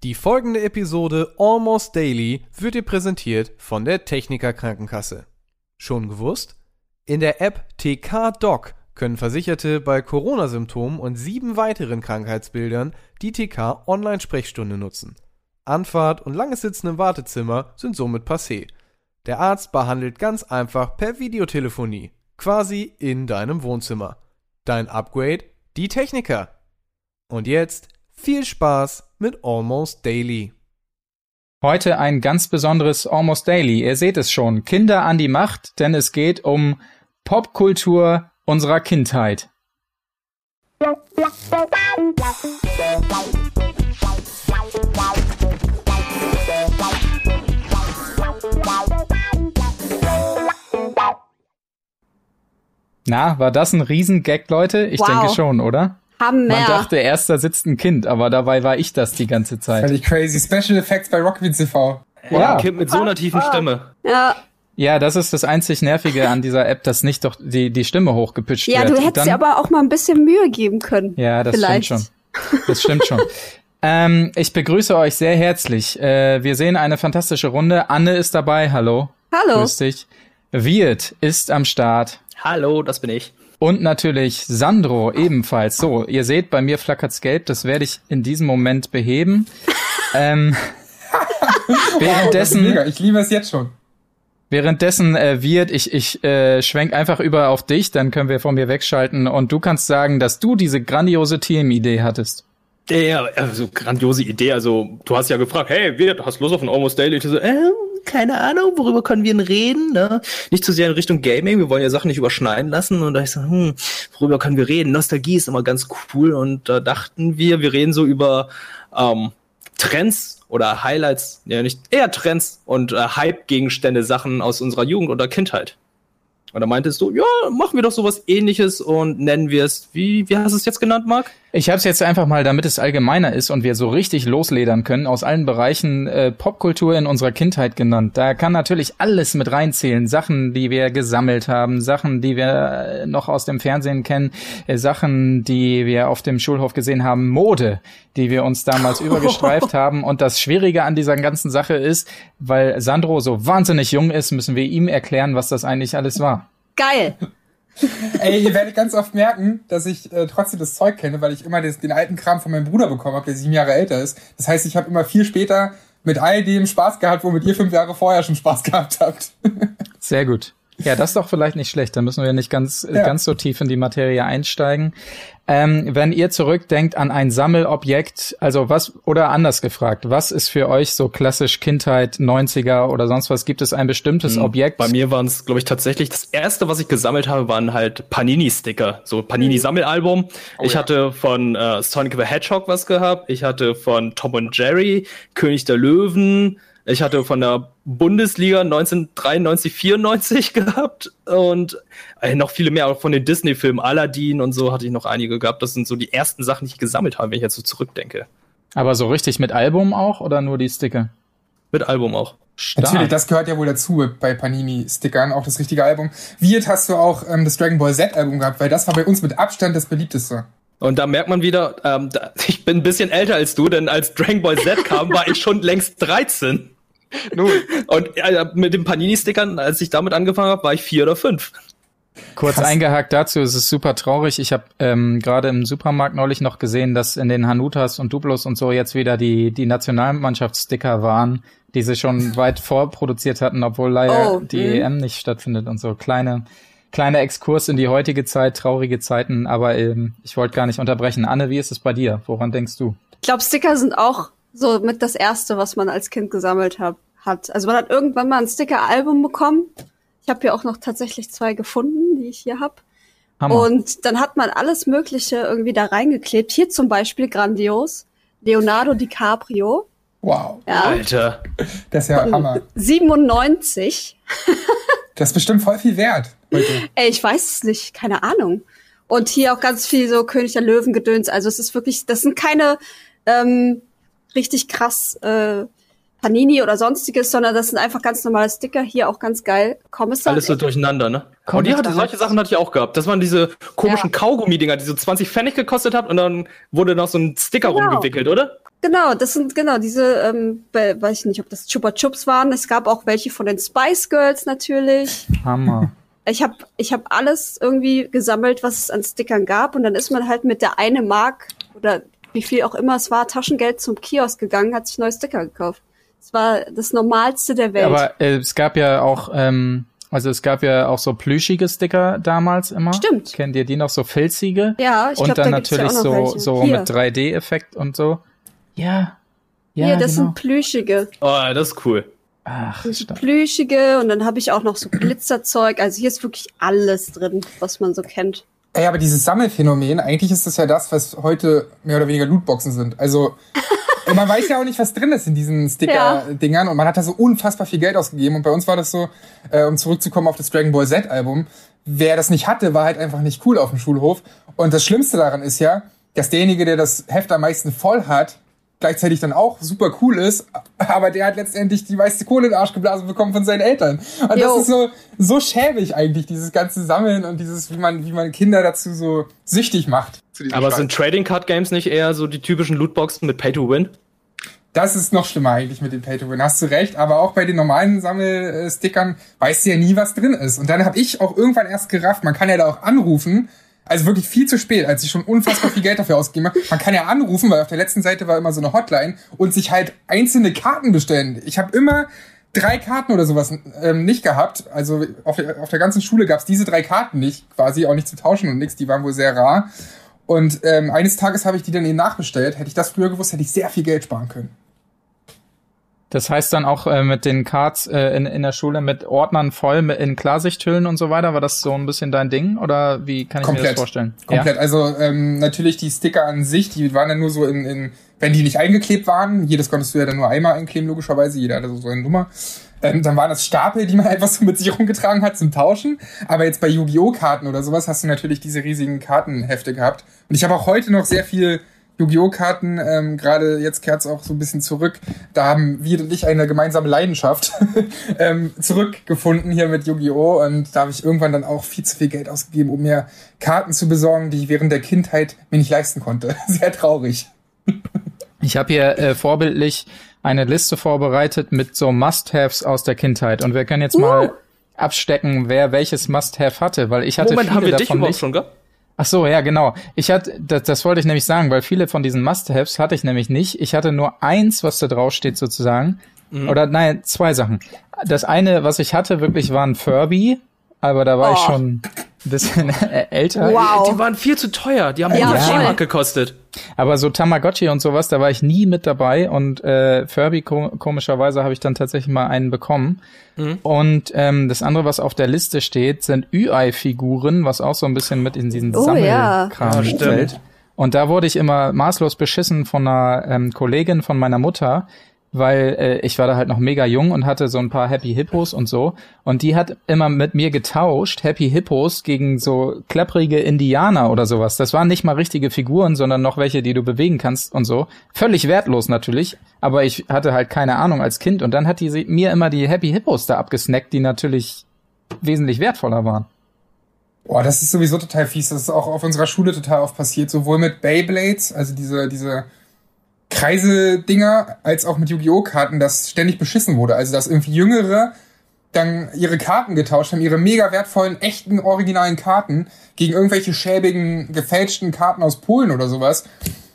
Die folgende Episode Almost Daily wird dir präsentiert von der Techniker Krankenkasse. Schon gewusst? In der App TK Doc können Versicherte bei Corona-Symptomen und 7 weiteren Krankheitsbildern die TK Online-Sprechstunde nutzen. Anfahrt und langes Sitzen im Wartezimmer sind somit passé. Der Arzt behandelt ganz einfach per Videotelefonie, quasi in deinem Wohnzimmer. Dein Upgrade? Die Techniker. Und jetzt viel Spaß mit Almost Daily. Heute ein ganz besonderes Almost Daily. Ihr seht es schon, Kinder an die Macht, denn es geht um Popkultur unserer Kindheit. Na, war das ein Riesengag, Leute? Ich denke schon, oder? Hammer. Man dachte erst, da sitzt ein Kind, aber dabei war ich das die ganze Zeit. Völlig crazy. Special Effects bei Rockbeat TV. Ja. Ein Kind mit so einer tiefen Stimme. Ja. Ja, das ist das einzig Nervige an dieser App, dass nicht doch die Stimme hochgepitcht wird. Ja, du hättest dir aber auch mal ein bisschen Mühe geben können. Ja, das Vielleicht. stimmt schon. Das stimmt schon. Ich begrüße euch sehr herzlich. Wir sehen eine fantastische Runde. Anne ist dabei. Hallo. Hallo. Grüß dich. Wirt ist am Start. Hallo, das bin ich. Und natürlich Sandro ebenfalls. So, ihr seht, bei mir flackert's gelb. Das werde ich in diesem Moment beheben. Währenddessen, Mega, ich liebe es jetzt schon. Wirt, ich schwenk einfach über auf dich, dann können wir von mir wegschalten und du kannst sagen, dass du diese grandiose Team-Idee hattest. Ja, also grandiose Idee. Also du hast ja gefragt, hey, Wirt, hast du Lust auf ein Almost Daily? Ich so, keine Ahnung, worüber können wir denn reden? Ne? Nicht zu sehr in Richtung Gaming, wir wollen ja Sachen nicht überschneiden lassen. Und da ich so, worüber können wir reden? Nostalgie ist immer ganz cool. Und da dachten wir reden so über Trends oder Highlights, ja nicht, eher Trends und Hype-Gegenstände, Sachen aus unserer Jugend oder Kindheit. Und da meintest du, ja, machen wir doch sowas Ähnliches und nennen wir es, wie hast du es jetzt genannt, Marc? Ich habe es jetzt einfach mal, damit es allgemeiner ist und wir so richtig losledern können, aus allen Bereichen Popkultur in unserer Kindheit genannt. Da kann natürlich alles mit reinzählen. Sachen, die wir gesammelt haben, Sachen, die wir noch aus dem Fernsehen kennen, Sachen, die wir auf dem Schulhof gesehen haben, Mode, die wir uns damals übergestreift haben. Und das Schwierige an dieser ganzen Sache ist, weil Sandro so wahnsinnig jung ist, müssen wir ihm erklären, was das eigentlich alles war. Geil. Ey, ihr werdet ganz oft merken, dass ich trotzdem das Zeug kenne, weil ich immer den alten Kram von meinem Bruder bekommen habe, der 7 Jahre älter ist. Das heißt, ich habe immer viel später mit all dem Spaß gehabt, womit ihr 5 Jahre vorher schon Spaß gehabt habt. Sehr gut. Ja, das ist doch vielleicht nicht schlecht. Da müssen wir nicht ganz so tief in die Materie einsteigen. Wenn ihr zurückdenkt an ein Sammelobjekt, also was, oder anders gefragt, was ist für euch so klassisch Kindheit, 90er oder sonst was? Gibt es ein bestimmtes Objekt? Bei mir waren es, glaube ich, tatsächlich das erste, was ich gesammelt habe, waren halt Panini-Sticker, so Panini-Sammelalbum. Ich hatte von Sonic the Hedgehog was gehabt. Ich hatte von Tom und Jerry, König der Löwen. Ich hatte von der Bundesliga 1993, 94 gehabt und noch viele mehr, auch von den Disney-Filmen, Aladdin und so hatte ich noch einige gehabt. Das sind so die ersten Sachen, die ich gesammelt habe, wenn ich jetzt so zurückdenke. Aber so richtig mit Album auch oder nur die Sticker? Mit Album auch. Stark. Natürlich, das gehört ja wohl dazu bei Panini-Stickern, auch das richtige Album. Wie jetzt hast du auch das Dragon Ball Z-Album gehabt, weil das war bei uns mit Abstand das beliebteste. Und da merkt man wieder, ich bin ein bisschen älter als du, denn als Dragon Ball Z kam, war ich schon längst 13. Nun. Und mit den Panini-Stickern, als ich damit angefangen habe, war ich 4 oder 5. Kurz eingehakt dazu, es ist super traurig. Ich habe gerade im Supermarkt neulich noch gesehen, dass in den Hanutas und Duplos und so jetzt wieder die Nationalmannschaftssticker waren, die sie schon weit vorproduziert hatten, obwohl leider die EM nicht stattfindet und so. Kleiner Exkurs in die heutige Zeit, traurige Zeiten, aber ich wollte gar nicht unterbrechen. Anne, wie ist es bei dir? Woran denkst du? Ich glaube, Sticker sind auch so mit das Erste, was man als Kind gesammelt hat. Also man hat irgendwann mal ein Sticker-Album bekommen. Ich habe hier auch noch tatsächlich 2 gefunden, die ich hier habe. Und dann hat man alles Mögliche irgendwie da reingeklebt. Hier zum Beispiel grandios Leonardo DiCaprio. Wow. Ja. Alter. Das ist ja Hammer. 97. Das ist bestimmt voll viel wert heute. Ey, ich weiß es nicht. Keine Ahnung. Und hier auch ganz viel so König der Löwen-Gedöns. Also es ist wirklich, das sind keine richtig krass Panini oder sonstiges, sondern das sind einfach ganz normale Sticker. Hier auch ganz geil. Kommissar. Alles so durcheinander, ne? Und solche Sachen hatte ich auch gehabt. Das waren diese komischen Kaugummi-Dinger, die so 20 Pfennig gekostet haben und dann wurde noch so ein Sticker rumgewickelt, oder? Genau, das sind diese, weiß ich nicht, ob das Chupa Chups waren. Es gab auch welche von den Spice Girls natürlich. Hammer. Ich hab alles irgendwie gesammelt, was es an Stickern gab, und dann ist man halt mit der 1 Mark oder wie viel auch immer es war, Taschengeld zum Kiosk gegangen, hat sich neue Sticker gekauft. Das war das Normalste der Welt. Aber es gab ja auch so plüschige Sticker damals immer. Stimmt. Kennt ihr die noch, so filzige? Ja, ich glaube, und dann da gibt's natürlich ja auch noch welche. so Hier. mit 3D-Effekt und so. Ja. Ja, hier, das genau. sind plüschige. Oh, das ist cool. Ach, Das sind stark. plüschige, und dann habe ich auch noch so Glitzerzeug. Also hier ist wirklich alles drin, was man so kennt. Ey, aber dieses Sammelphänomen, eigentlich ist das ja das, was heute mehr oder weniger Lootboxen sind. Also, man weiß ja auch nicht, was drin ist in diesen Sticker-Dingern, und man hat da so unfassbar viel Geld ausgegeben. Und bei uns war das so, um zurückzukommen auf das Dragon Ball Z-Album, wer das nicht hatte, war halt einfach nicht cool auf dem Schulhof. Und das Schlimmste daran ist ja, dass derjenige, der das Heft am meisten voll hat, gleichzeitig dann auch super cool ist, aber der hat letztendlich die meiste Kohle in den Arsch geblasen bekommen von seinen Eltern. Und das ist so schäbig eigentlich, dieses ganze Sammeln und dieses, wie man Kinder dazu so süchtig macht. Aber sind Trading Card Games nicht eher so die typischen Lootboxen mit Pay to Win? Das ist noch schlimmer eigentlich mit den Pay-to-Win, hast du recht. Aber auch bei den normalen Sammelstickern weißt du ja nie, was drin ist. Und dann habe ich auch irgendwann erst gerafft, man kann ja da auch anrufen, also wirklich viel zu spät, als ich schon unfassbar viel Geld dafür ausgegeben habe. Man kann ja anrufen, weil auf der letzten Seite war immer so eine Hotline, und sich halt einzelne Karten bestellen. Ich habe immer 3 Karten oder sowas nicht gehabt. Also auf der ganzen Schule gab's diese 3 Karten nicht, quasi auch nicht zu tauschen und nix. Die waren wohl sehr rar. Und eines Tages habe ich die dann eben nachbestellt. Hätte ich das früher gewusst, hätte ich sehr viel Geld sparen können. Das heißt dann auch mit den Cards in der Schule mit Ordnern voll in Klarsichthüllen und so weiter, war das so ein bisschen dein Ding, oder wie kann ich mir das vorstellen? Komplett, ja? Also natürlich die Sticker an sich, die waren dann nur so in wenn die nicht eingeklebt waren, jedes konntest du ja dann nur einmal einkleben, logischerweise, jeder hatte so eine Nummer. Dann waren das Stapel, die man einfach so mit sich rumgetragen hat zum Tauschen. Aber jetzt bei Yu-Gi-Oh! Karten oder sowas hast du natürlich diese riesigen Kartenhefte gehabt. Und ich habe auch heute noch sehr viel Yu-Gi-Oh! Karten, gerade jetzt kehrt's auch so ein bisschen zurück. Da haben wir und ich eine gemeinsame Leidenschaft zurückgefunden hier mit Yu-Gi-Oh! Und da habe ich irgendwann dann auch viel zu viel Geld ausgegeben, um mir Karten zu besorgen, die ich während der Kindheit mir nicht leisten konnte. Sehr traurig. Ich habe hier vorbildlich eine Liste vorbereitet mit so Must-Haves aus der Kindheit. Und wir können jetzt mal abstecken, wer welches Must-Have hatte, weil ich hatte Moment, viele haben wir davon dich überhaupt nicht. schon gehabt? Ach so, ja, genau. Das wollte ich nämlich sagen, weil viele von diesen Must-Haves hatte ich nämlich nicht. Ich hatte nur eins, was da drauf steht sozusagen. Oder nein, 2 Sachen. Das eine, was ich hatte, wirklich war ein Furby, aber da war ich schon ein bisschen älter. Wow. Die waren viel zu teuer. Die haben 100 Mark gekostet. Aber so Tamagotchi und sowas, da war ich nie mit dabei. Und Furby, komischerweise, habe ich dann tatsächlich mal einen bekommen. Und das andere, was auf der Liste steht, sind Ü-Ei-Figuren, was auch so ein bisschen mit in diesen Sammelkram fällt. Und da wurde ich immer maßlos beschissen von einer Kollegin von meiner Mutter, weil ich war da halt noch mega jung und hatte so ein paar Happy Hippos und so. Und die hat immer mit mir getauscht, Happy Hippos gegen so klapprige Indianer oder sowas. Das waren nicht mal richtige Figuren, sondern noch welche, die du bewegen kannst und so. Völlig wertlos natürlich, aber ich hatte halt keine Ahnung als Kind. Und dann hat die mir immer die Happy Hippos da abgesnackt, die natürlich wesentlich wertvoller waren. Boah, das ist sowieso total fies. Das ist auch auf unserer Schule total oft passiert. Sowohl mit Beyblades, also diese Kreise-Dinger, als auch mit Yu-Gi-Oh! Karten, das ständig beschissen wurde. Also, dass irgendwie Jüngere dann ihre Karten getauscht haben, ihre mega wertvollen, echten, originalen Karten gegen irgendwelche schäbigen, gefälschten Karten aus Polen oder sowas.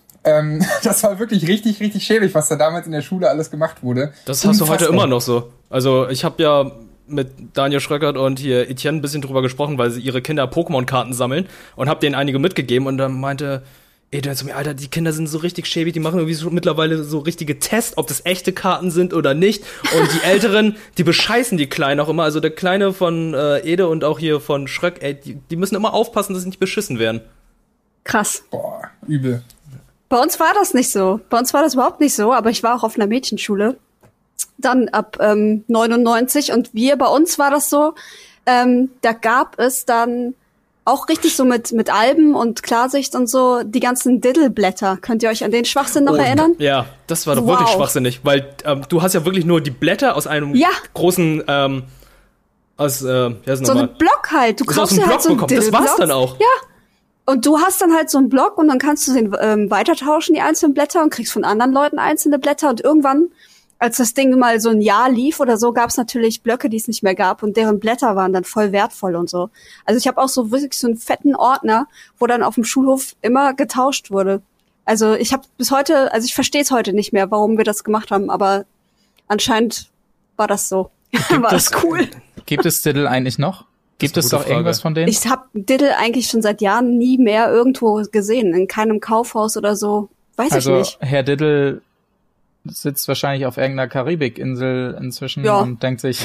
Das war wirklich richtig, richtig schäbig, was da damals in der Schule alles gemacht wurde. Das hast du heute immer noch so. Also, ich habe ja mit Daniel Schröckert und hier Etienne ein bisschen drüber gesprochen, weil sie ihre Kinder Pokémon-Karten sammeln, und hab denen einige mitgegeben, und dann meinte Etienne zu mir, Alter, die Kinder sind so richtig schäbig, die machen irgendwie so mittlerweile so richtige Tests, ob das echte Karten sind oder nicht. Und die Älteren, die bescheißen die Kleinen auch immer. Also der Kleine von Ede und auch hier von Schröck, ey, die müssen immer aufpassen, dass sie nicht beschissen werden. Krass. Boah, übel. Bei uns war das nicht so. Bei uns war das überhaupt nicht so, aber ich war auch auf einer Mädchenschule. Dann ab 99, und bei uns war das so, da gab es dann Auch richtig so mit Alben und Klarsicht und so, die ganzen Diddle-Blätter. Könnt ihr euch an den Schwachsinn noch erinnern? Ja, das war doch wirklich schwachsinnig, weil du hast ja wirklich nur die Blätter aus einem großen, so einen Block halt. Du kaufst ja halt so einen Diddle-Block. Das war's dann auch. Ja. Und du hast dann halt so einen Block und dann kannst du den weitertauschen, die einzelnen Blätter, und kriegst von anderen Leuten einzelne Blätter. Und irgendwann, als das Ding mal so ein Jahr lief oder so, gab es natürlich Blöcke, die es nicht mehr gab, und deren Blätter waren dann voll wertvoll und so. Also ich habe auch so wirklich so einen fetten Ordner, wo dann auf dem Schulhof immer getauscht wurde. Also ich habe bis heute, also ich verstehe es heute nicht mehr, warum wir das gemacht haben, aber anscheinend war das so. War das cool. Gibt es Diddle eigentlich noch? Gibt es doch irgendwas von denen? Ich habe Diddle eigentlich schon seit Jahren nie mehr irgendwo gesehen, in keinem Kaufhaus oder so. Weiß ich nicht. Also Herr Diddle sitzt wahrscheinlich auf irgendeiner Karibikinsel inzwischen und denkt sich,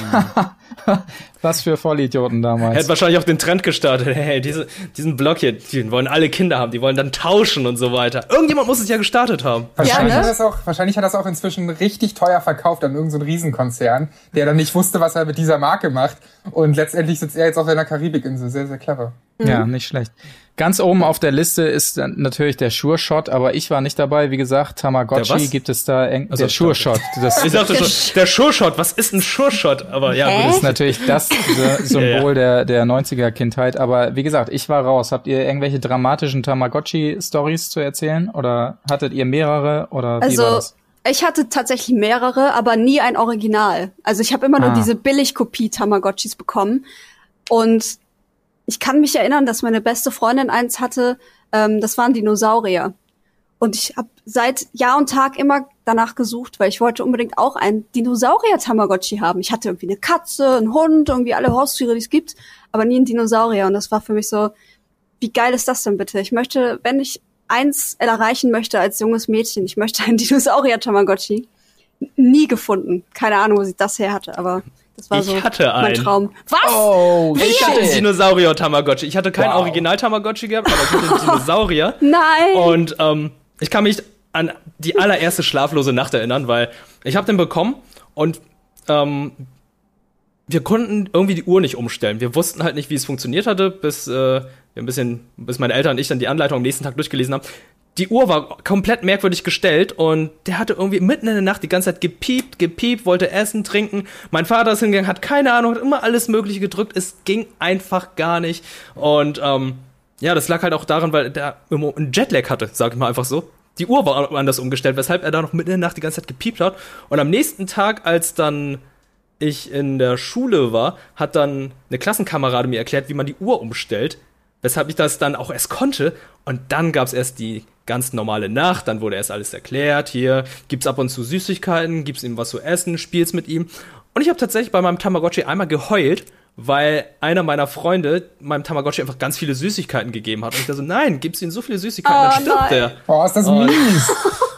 was für Vollidioten damals. Er hat wahrscheinlich auch den Trend gestartet. Hey, diesen Blog hier, den wollen alle Kinder haben, die wollen dann tauschen und so weiter. Irgendjemand muss es ja gestartet haben. Wahrscheinlich hat das auch inzwischen richtig teuer verkauft an irgendeinen Riesenkonzern, der dann nicht wusste, was er mit dieser Marke macht. Und letztendlich sitzt er jetzt auf einer Karibikinsel. Sehr, sehr clever. Ja, nicht schlecht. Ganz oben auf der Liste ist natürlich der Sure Shot, aber ich war nicht dabei. Wie gesagt, Tamagotchi gibt es da der Sure Shot. Ich dachte schon, der Sure Shot, was ist ein Sure Shot? Aber ja, gut. Das ist natürlich das Symbol der 90er-Kindheit. Aber wie gesagt, ich war raus. Habt ihr irgendwelche dramatischen Tamagotchi-Stories zu erzählen? Oder hattet ihr mehrere? Oder wie war das? Ich hatte tatsächlich mehrere, aber nie ein Original. Also ich habe immer nur diese Billigkopie Tamagotchis bekommen. Und ich kann mich erinnern, dass meine beste Freundin eins hatte, das waren Dinosaurier. Und ich habe seit Jahr und Tag immer danach gesucht, weil ich wollte unbedingt auch ein Dinosaurier-Tamagotchi haben. Ich hatte irgendwie eine Katze, einen Hund, irgendwie alle Haustiere, die es gibt, aber nie einen Dinosaurier. Und das war für mich so, wie geil ist das denn bitte? Ich möchte, wenn ich eins erreichen möchte als junges Mädchen, ich möchte ein Dinosaurier-Tamagotchi. Nie gefunden. Keine Ahnung, wo sie das her hatte, aber das war mein Traum. Was? Oh, ich hatte einen Dinosaurier-Tamagotchi. Ich hatte keinen Original-Tamagotchi gehabt, aber ich hatte einen Dinosaurier. Nein! Und ich kann mich an die allererste schlaflose Nacht erinnern, weil ich habe den bekommen und wir konnten irgendwie die Uhr nicht umstellen. Wir wussten halt nicht, wie es funktioniert hatte, bis meine Eltern und ich dann die Anleitung am nächsten Tag durchgelesen haben. Die Uhr war komplett merkwürdig gestellt und der hatte irgendwie mitten in der Nacht die ganze Zeit gepiept, wollte essen, trinken. Mein Vater ist hingegangen, hat keine Ahnung, hat immer alles Mögliche gedrückt. Es ging einfach gar nicht. Und das lag halt auch daran, weil der immer einen Jetlag hatte, sag ich mal einfach so. Die Uhr war anders umgestellt, weshalb er da noch mitten in der Nacht die ganze Zeit gepiept hat. Und am nächsten Tag, als dann ich in der Schule war, hat dann eine Klassenkamerade mir erklärt, wie man die Uhr umstellt. Weshalb ich das dann auch erst konnte. Und dann gab's erst die ganz normale Nacht. Dann wurde erst alles erklärt. Hier gibt's ab und zu Süßigkeiten, gib's ihm was zu essen, spielst mit ihm. Und ich habe tatsächlich bei meinem Tamagotchi einmal geheult, weil einer meiner Freunde meinem Tamagotchi einfach ganz viele Süßigkeiten gegeben hat. Und ich dachte so, nein, gibst ihm so viele Süßigkeiten, dann stirbt der. Oh, ist das mies.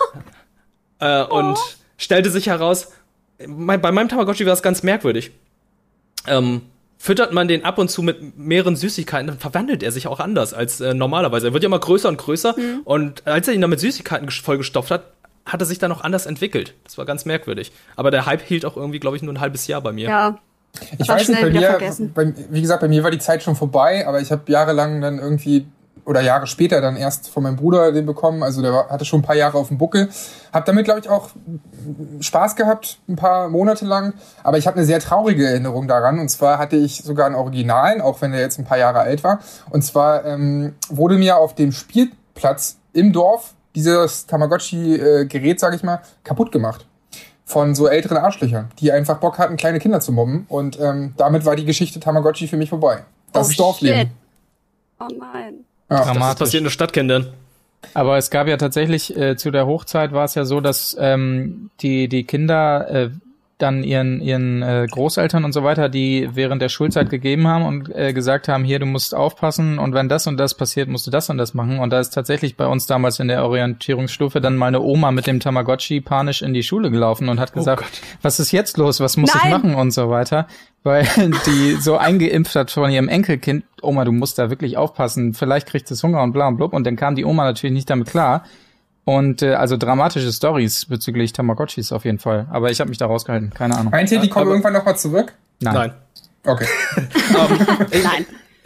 Und stellte sich heraus, bei meinem Tamagotchi war es ganz merkwürdig. Füttert man den ab und zu mit mehreren Süßigkeiten, dann verwandelt er sich auch anders als normalerweise. Er wird ja immer größer und größer. Und als er ihn dann mit Süßigkeiten vollgestopft hat, hat er sich dann auch anders entwickelt. Das war ganz merkwürdig. Aber der Hype hielt auch irgendwie, glaube ich, nur ein halbes Jahr bei mir. Ja. Ich weiß nicht, wie gesagt, bei mir war die Zeit schon vorbei, aber ich habe jahrelang dann irgendwie, oder Jahre später dann erst von meinem Bruder den bekommen, also der hatte schon ein paar Jahre auf dem Buckel. Hab damit, glaube ich, auch Spaß gehabt, ein paar Monate lang, aber ich habe eine sehr traurige Erinnerung daran, und zwar hatte ich sogar einen Originalen, auch wenn der jetzt ein paar Jahre alt war, und zwar wurde mir auf dem Spielplatz im Dorf dieses Tamagotchi-Gerät, sage ich mal, kaputt gemacht. Von so älteren Arschlöchern, die einfach Bock hatten, kleine Kinder zu mobben. Und damit war die Geschichte Tamagotchi für mich vorbei. Das ist Dorfleben. Shit. Oh nein. Ja. Das passiert in der Stadt, Kindern. Aber es gab ja tatsächlich, zu der Hochzeit war es ja so, dass die Kinder dann ihren Großeltern und so weiter, die während der Schulzeit gegeben haben und gesagt haben, hier, du musst aufpassen und wenn das und das passiert, musst du das und das machen. Und da ist tatsächlich bei uns damals in der Orientierungsstufe dann meine Oma mit dem Tamagotchi panisch in die Schule gelaufen und hat gesagt, was ist jetzt los, was muss ich machen und so weiter. Weil die so eingeimpft hat von ihrem Enkelkind, Oma, du musst da wirklich aufpassen, vielleicht kriegt es Hunger und bla und blub. Und dann kam die Oma natürlich nicht damit klar. Und also dramatische Stories bezüglich Tamagotchis auf jeden Fall. Aber ich habe mich da rausgehalten, keine Ahnung. Meint ihr, die kommen irgendwann nochmal zurück? Nein. Okay. Nein.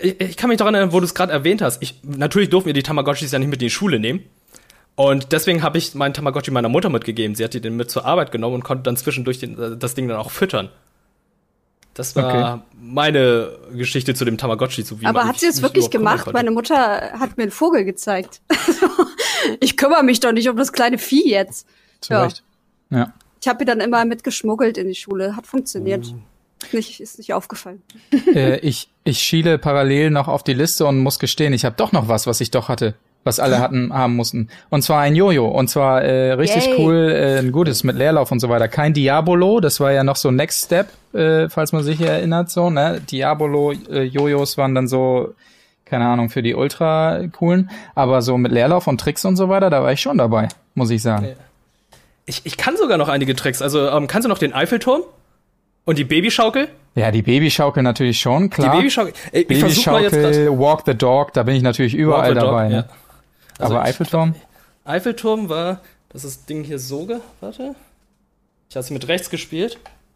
ich kann mich daran erinnern, wo du es gerade erwähnt hast. Natürlich durften wir die Tamagotchis ja nicht mit in die Schule nehmen. Und deswegen habe ich meinen Tamagotchi meiner Mutter mitgegeben. Sie hat den mit zur Arbeit genommen und konnte dann zwischendurch das Ding dann auch füttern. Das war meine Geschichte zu dem Tamagotchi. Aber hat sie es wirklich gemacht? Meine Mutter hat mir einen Vogel gezeigt. Ich kümmere mich doch nicht um das kleine Vieh jetzt. Zu Recht. Ja. Ich habe ihr dann immer mitgeschmuggelt in die Schule. Hat funktioniert. Ist nicht aufgefallen. Ich schiele parallel noch auf die Liste und muss gestehen, ich habe doch noch was ich doch hatte, was alle haben mussten. Und zwar ein Jojo. Und zwar richtig cool, ein gutes mit Leerlauf und so weiter. Kein Diabolo, das war ja noch so Next Step, falls man sich erinnert. So, ne? Diabolo-Jojos waren dann so, keine Ahnung, für die ultra coolen. Aber so mit Leerlauf und Tricks und so weiter, da war ich schon dabei, muss ich sagen. Ich kann sogar noch einige Tricks. Also kannst du noch den Eiffelturm? Und die Babyschaukel? Ja, die Babyschaukel natürlich schon, klar. Die Babyschaukel, Babyschaukel, Walk the Dog, da bin ich natürlich überall dabei. Ne? Ja. Also aber Eiffelturm? Eiffelturm war, das Ding hier warte. Ich habe es mit rechts gespielt.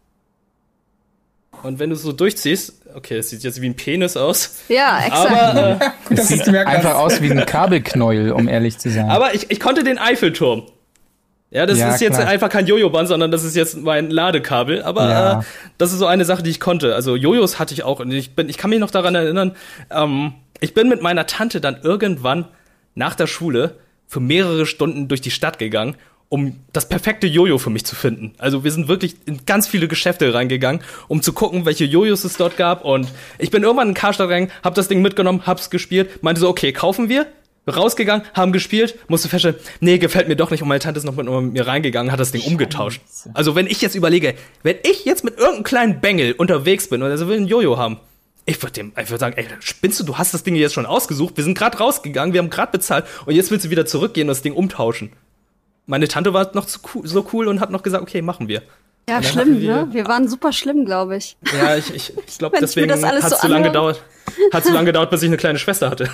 Und wenn du es so durchziehst, okay, es sieht jetzt wie ein Penis aus. Ja, exakt. Aber es sieht einfach aus wie ein Kabelknäuel, um ehrlich zu sein. Aber ich konnte den Eiffelturm. Ja, das ist jetzt einfach kein Jojo-Band, sondern das ist jetzt mein Ladekabel. Aber das ist so eine Sache, die ich konnte. Also Jojos hatte ich auch. Und ich kann mich noch daran erinnern, ich bin mit meiner Tante dann irgendwann nach der Schule für mehrere Stunden durch die Stadt gegangen, um das perfekte Jojo für mich zu finden. Also wir sind wirklich in ganz viele Geschäfte reingegangen, um zu gucken, welche Jojos es dort gab. Und ich bin irgendwann in Karstadt rein, hab das Ding mitgenommen, hab's gespielt, meinte so, okay, kaufen wir. Rausgegangen, haben gespielt, musste feststellen, nee, gefällt mir doch nicht. Und meine Tante ist noch mit mir reingegangen, hat das Ding umgetauscht. Also wenn ich jetzt überlege, wenn ich jetzt mit irgendeinem kleinen Bengel unterwegs bin und er will ein Jojo haben, ich würde sagen, ey, spinnst du hast das Ding jetzt schon ausgesucht, wir sind gerade rausgegangen, wir haben gerade bezahlt und jetzt willst du wieder zurückgehen und das Ding umtauschen. Meine Tante war noch so cool und hat noch gesagt, okay, machen wir. Ja, schlimm, ne? Wir waren super schlimm, glaube ich. Ja, ich glaube, deswegen hat es so lange gedauert. Hat so lange gedauert, bis ich eine kleine Schwester hatte.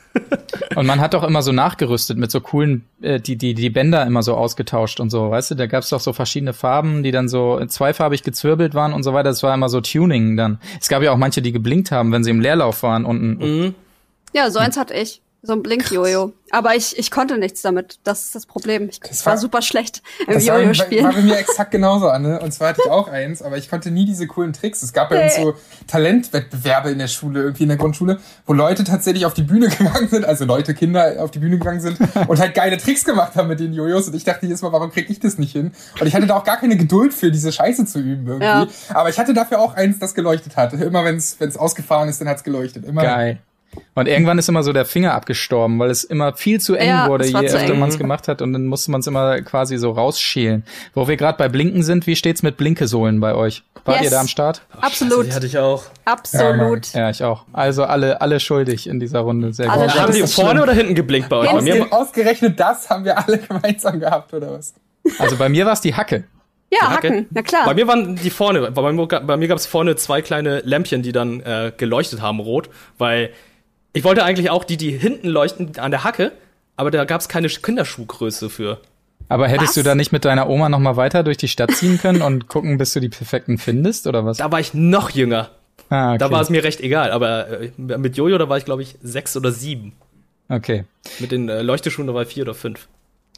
Und man hat doch immer so nachgerüstet mit so coolen, die Bänder immer so ausgetauscht und so, weißt du, da gab's doch so verschiedene Farben, die dann so zweifarbig gezwirbelt waren und so weiter, das war immer so Tuning dann. Es gab ja auch manche, die geblinkt haben, wenn sie im Leerlauf waren unten. Ja, so eins hatte ich. So ein Blink-Jojo. Aber ich konnte nichts damit. Das ist das Problem. Ich war super schlecht im Jojo-Spielen. Das war bei mir exakt genauso, Anne. Und zwar hatte ich auch eins, aber ich konnte nie diese coolen Tricks. Es gab bei uns so Talentwettbewerbe in der Schule, irgendwie in der Grundschule, wo Leute tatsächlich auf die Bühne gegangen sind, also Kinder auf die Bühne gegangen sind und halt geile Tricks gemacht haben mit den Jojos. Und ich dachte jedes Mal, warum krieg ich das nicht hin? Und ich hatte da auch gar keine Geduld für, diese Scheiße zu üben irgendwie. Ja. Aber ich hatte dafür auch eins, das geleuchtet hat. Immer wenn's ausgefahren ist, dann hat's geleuchtet. Immer. Geil. Und irgendwann ist immer so der Finger abgestorben, weil es immer viel zu eng wurde, je öfter man es gemacht hat. Und dann musste man es immer quasi so rausschälen. Wo wir gerade bei Blinken sind, wie steht's mit Blinkesohlen bei euch? Wart ihr da am Start? Absolut. Die hatte ich auch. Absolut. Ja, ich auch. Also alle schuldig in dieser Runde. Sehr gut. Haben die vorne oder hinten geblinkt bei euch? Bei mir ausgerechnet das haben wir alle gemeinsam gehabt, oder was? Also bei mir war es die Hacke. Ja, Hacken, na klar. Bei mir waren die vorne. Bei mir gab es vorne 2 kleine Lämpchen, die dann geleuchtet haben, rot. Weil ich wollte eigentlich auch die hinten leuchten an der Hacke, aber da gab es keine Kinderschuhgröße für. Aber hättest du da nicht mit deiner Oma noch mal weiter durch die Stadt ziehen können und gucken, bis du die perfekten findest, oder was? Da war ich noch jünger. Ah, okay. Da war es mir recht egal, aber mit Jojo, da war ich, glaube ich, 6 oder 7. Okay. Mit den Leuchteschuhen, da war ich 4 oder 5.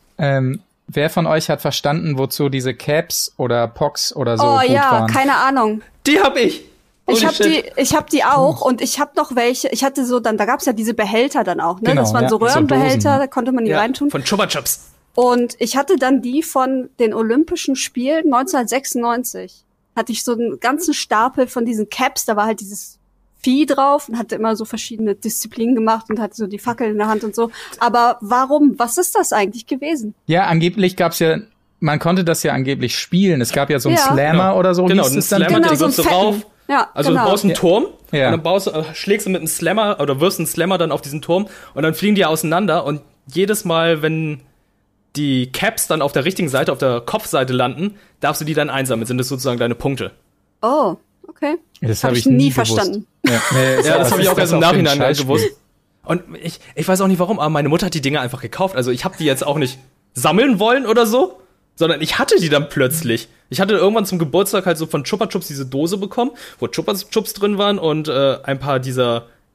Wer von euch hat verstanden, wozu diese Caps oder Pox oder so gut waren? Oh ja, keine Ahnung. Die hab ich! Ich hab die auch und ich hab noch welche. Ich hatte so da gab's ja diese Behälter dann auch, ne? Genau, das waren so Röhrenbehälter, da konnte man die reintun. Von Chupa Chups. Und ich hatte dann die von den Olympischen Spielen 1996. Hatte ich so einen ganzen Stapel von diesen Caps, da war halt dieses Vieh drauf und hatte immer so verschiedene Disziplinen gemacht und hatte so die Fackel in der Hand und so. Aber warum? Was ist das eigentlich gewesen? Ja, angeblich gab's ja, man konnte das ja angeblich spielen. Es gab ja so einen Slammer oder so. Genau, einen Slammer, den wirfst du rauf. Ja, also du baust einen Turm und dann schlägst du mit einem Slammer oder wirfst einen Slammer dann auf diesen Turm und dann fliegen die auseinander und jedes Mal, wenn die Caps dann auf der richtigen Seite, auf der Kopfseite landen, darfst du die dann einsammeln. Sind das sozusagen deine Punkte. Oh, okay. Das habe ich nie verstanden. Ja, das habe ich auch erst im Nachhinein gewusst. Und ich weiß auch nicht warum, aber meine Mutter hat die Dinger einfach gekauft. Also ich habe die jetzt auch nicht sammeln wollen oder so, sondern ich hatte die dann plötzlich. Ich hatte irgendwann zum Geburtstag halt so von Chupa Chups diese Dose bekommen, wo Chupa Chups drin waren und ein paar dieser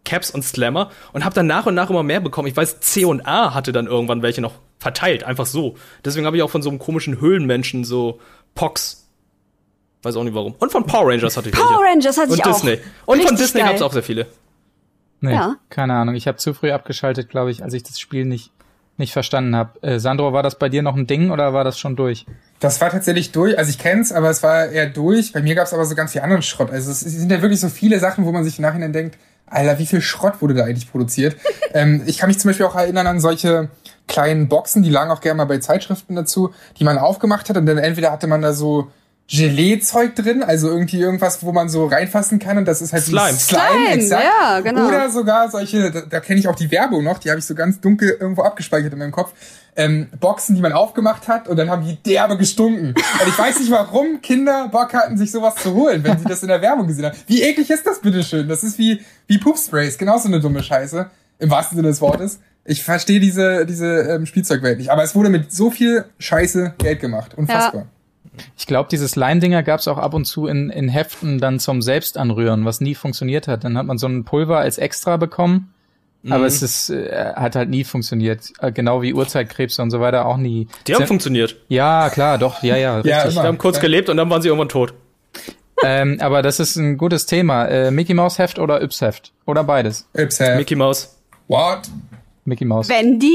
Caps und Slammer und habe dann nach und nach immer mehr bekommen. Ich weiß, C&A hatte dann irgendwann welche noch verteilt, einfach so. Deswegen habe ich auch von so einem komischen Höhlenmenschen so Pox. Weiß auch nicht warum. Und von Power Rangers hatte ich welche. Power Rangers hatte ich auch. Und Disney. Und Richtig von Disney geil. gab es auch sehr viele. Nee, Ja. keine Ahnung. Ich habe zu früh abgeschaltet, glaube ich, als ich das Spiel nicht verstanden habe. Sandro, war das bei dir noch ein Ding oder war das schon durch? Das war tatsächlich durch, also ich kenn's, aber es war eher durch. Bei mir gab's aber so ganz viel anderen Schrott. Also es sind ja wirklich so viele Sachen, wo man sich im Nachhinein denkt, Alter, wie viel Schrott wurde da eigentlich produziert? Ich kann mich zum Beispiel auch erinnern an solche kleinen Boxen, die lagen auch gerne mal bei Zeitschriften dazu, die man aufgemacht hat und dann entweder hatte man da so Gelee-Zeug drin, also irgendwie irgendwas, wo man so reinfassen kann und das ist halt Slime. Slime, exakt. Ja, genau. Oder sogar solche, da kenne ich auch die Werbung noch, die habe ich so ganz dunkel irgendwo abgespeichert in meinem Kopf. Boxen, die man aufgemacht hat und dann haben die derbe gestunken. Und ich weiß nicht, warum Kinder Bock hatten, sich sowas zu holen, wenn sie das in der Werbung gesehen haben. Wie eklig ist das bitteschön? Das ist wie Poopsprays, genauso eine dumme Scheiße, im wahrsten Sinne des Wortes. Ich verstehe diese Spielzeugwelt nicht, aber es wurde mit so viel Scheiße Geld gemacht. Unfassbar. Ja. Ich glaube, diese Slime-Dinger gab es auch ab und zu in Heften dann zum Selbstanrühren, was nie funktioniert hat. Dann hat man so ein Pulver als extra bekommen, aber es ist hat halt nie funktioniert. Genau wie Urzeitkrebse und so weiter auch nie. Die haben funktioniert. Ja, klar, doch, ja, richtig. Ja, Die haben kurz gelebt und dann waren sie irgendwann tot. Aber das ist ein gutes Thema. Mickey Maus Heft oder Yps Heft? Oder beides? Mickey Mouse. What? Mickey Maus. Wendy?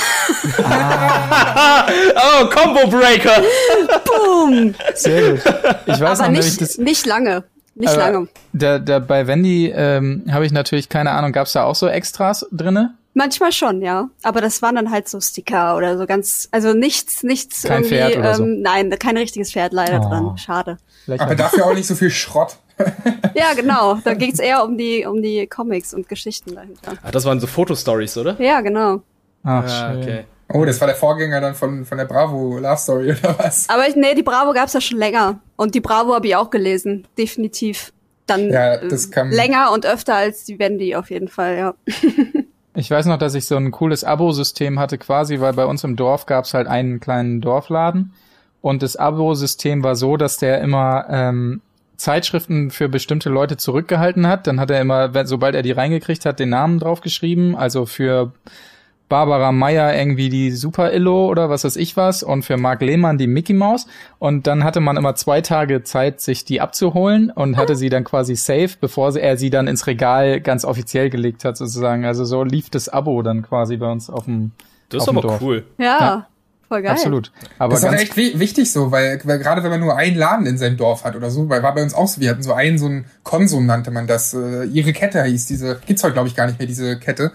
Oh, Combo Breaker! Boom! Sehr gut. Ich weiß Aber noch nämlich, nicht lange. Nicht lange. Da bei Wendy habe ich natürlich keine Ahnung, gab's da auch so Extras drinne? Manchmal schon, ja. Aber das waren dann halt so Sticker oder so ganz, also nichts Kein irgendwie, Pferd oder so. Nein, kein richtiges Pferd leider dran. Schade. Aber dafür auch nicht so viel Schrott. Ja, genau. Da ging's eher um die Comics und Geschichten dahinter. Ah, das waren so Fotostories, oder? Ja, genau. Ach, Ah, schön. okay. Oh, das war der Vorgänger dann von der Bravo Love Story oder was? Aber die Bravo gab's ja schon länger. Und die Bravo habe ich auch gelesen. Definitiv. Dann Ja, das kam länger und öfter als die Wendy auf jeden Fall, ja. Ich weiß noch, dass ich so ein cooles Abo-System hatte quasi, weil bei uns im Dorf gab's halt einen kleinen Dorfladen und das Abo-System war so, dass der immer Zeitschriften für bestimmte Leute zurückgehalten hat. Dann hat er immer, sobald er die reingekriegt hat, den Namen draufgeschrieben. Also für Barbara Meyer irgendwie die Super-Illo oder was weiß ich was und für Marc Lehmann die Mickey Maus. Und dann hatte man immer 2 Tage Zeit, sich die abzuholen und hatte sie dann quasi safe, bevor er sie dann ins Regal ganz offiziell gelegt hat sozusagen. Also so lief das Abo dann quasi bei uns auf dem Das ist auf dem aber Dorf. cool. Ja, voll geil. Absolut. Aber das ist auch ganz echt wichtig so, weil gerade wenn man nur einen Laden in seinem Dorf hat oder so, weil war bei uns auch so, wir hatten so einen Konsum nannte man das, ihre Kette hieß gibt's heute glaube ich gar nicht mehr, diese Kette.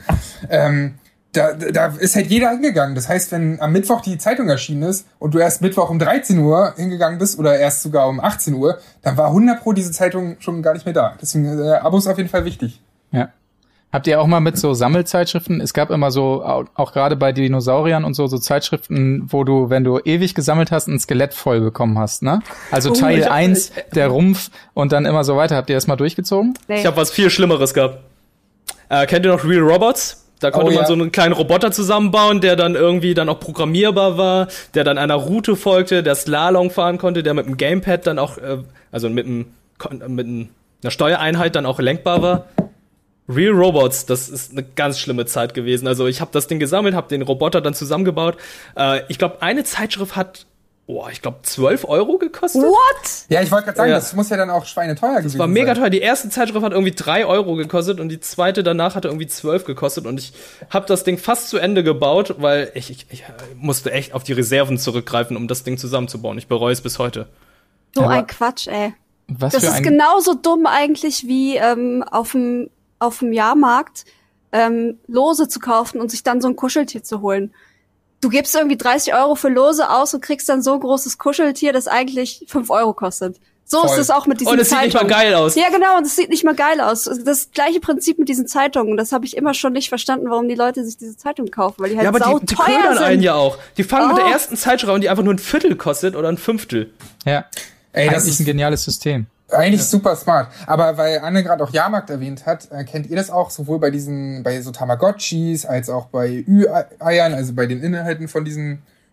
Da ist halt jeder hingegangen. Das heißt, wenn am Mittwoch die Zeitung erschienen ist und du erst Mittwoch um 13 Uhr hingegangen bist oder erst sogar um 18 Uhr, dann war 100% diese Zeitung schon gar nicht mehr da. Deswegen, Abo ist auf jeden Fall wichtig. Ja. Habt ihr auch mal mit so Sammelzeitschriften, es gab immer so, auch gerade bei Dinosauriern und so Zeitschriften, wo du, wenn du ewig gesammelt hast, ein Skelett voll bekommen hast, ne? Also Teil 1, der Rumpf und dann immer so weiter. Habt ihr das mal durchgezogen? Nee. Ich habe was viel Schlimmeres gehabt. Kennt ihr noch Real Robots? Da konnte man so einen kleinen Roboter zusammenbauen, der dann irgendwie dann auch programmierbar war, der dann einer Route folgte, der Slalom fahren konnte, der mit dem Gamepad dann auch, also mit einer Steuereinheit dann auch lenkbar war. Real Robots, das ist eine ganz schlimme Zeit gewesen. Also ich habe das Ding gesammelt, habe den Roboter dann zusammengebaut. Ich glaube, eine Zeitschrift hat, 12 € gekostet. What? Ja, ich wollte gerade sagen, Ja. das muss ja dann auch schweineteuer gewesen sein. Das war mega teuer. Die erste Zeitschrift hat irgendwie 3 € gekostet und die zweite danach hatte irgendwie 12 gekostet und ich habe das Ding fast zu Ende gebaut, weil ich musste echt auf die Reserven zurückgreifen, um das Ding zusammenzubauen. Ich bereue es bis heute. So Aber ein Quatsch, ey. Was Das für ist ein genauso dumm eigentlich wie auf dem Jahrmarkt Lose zu kaufen und sich dann so ein Kuscheltier zu holen. Du gibst irgendwie 30 € für Lose aus und kriegst dann so ein großes Kuscheltier, das eigentlich 5 € kostet. So Voll. ist es auch mit diesen Und es sieht Zeitungen. nicht mal geil aus. Ja, genau, und es sieht nicht mal geil aus. Das gleiche Prinzip mit diesen Zeitungen. Das habe ich immer schon nicht verstanden, warum die Leute sich diese Zeitungen kaufen, weil die halt Ja, aber die sauteuer ködern sind. einen ja auch. Die fangen mit der Oh. ersten Zeitschrift an, die einfach nur ein Viertel kostet oder ein Fünftel. Ja, Ey, das eigentlich ist ein geniales System. eigentlich super smart. Aber weil Anne gerade auch Jahrmarkt erwähnt hat, kennt ihr das auch sowohl bei so Tamagotchis als auch bei Ü-Eiern, also bei den Inhalten von diesen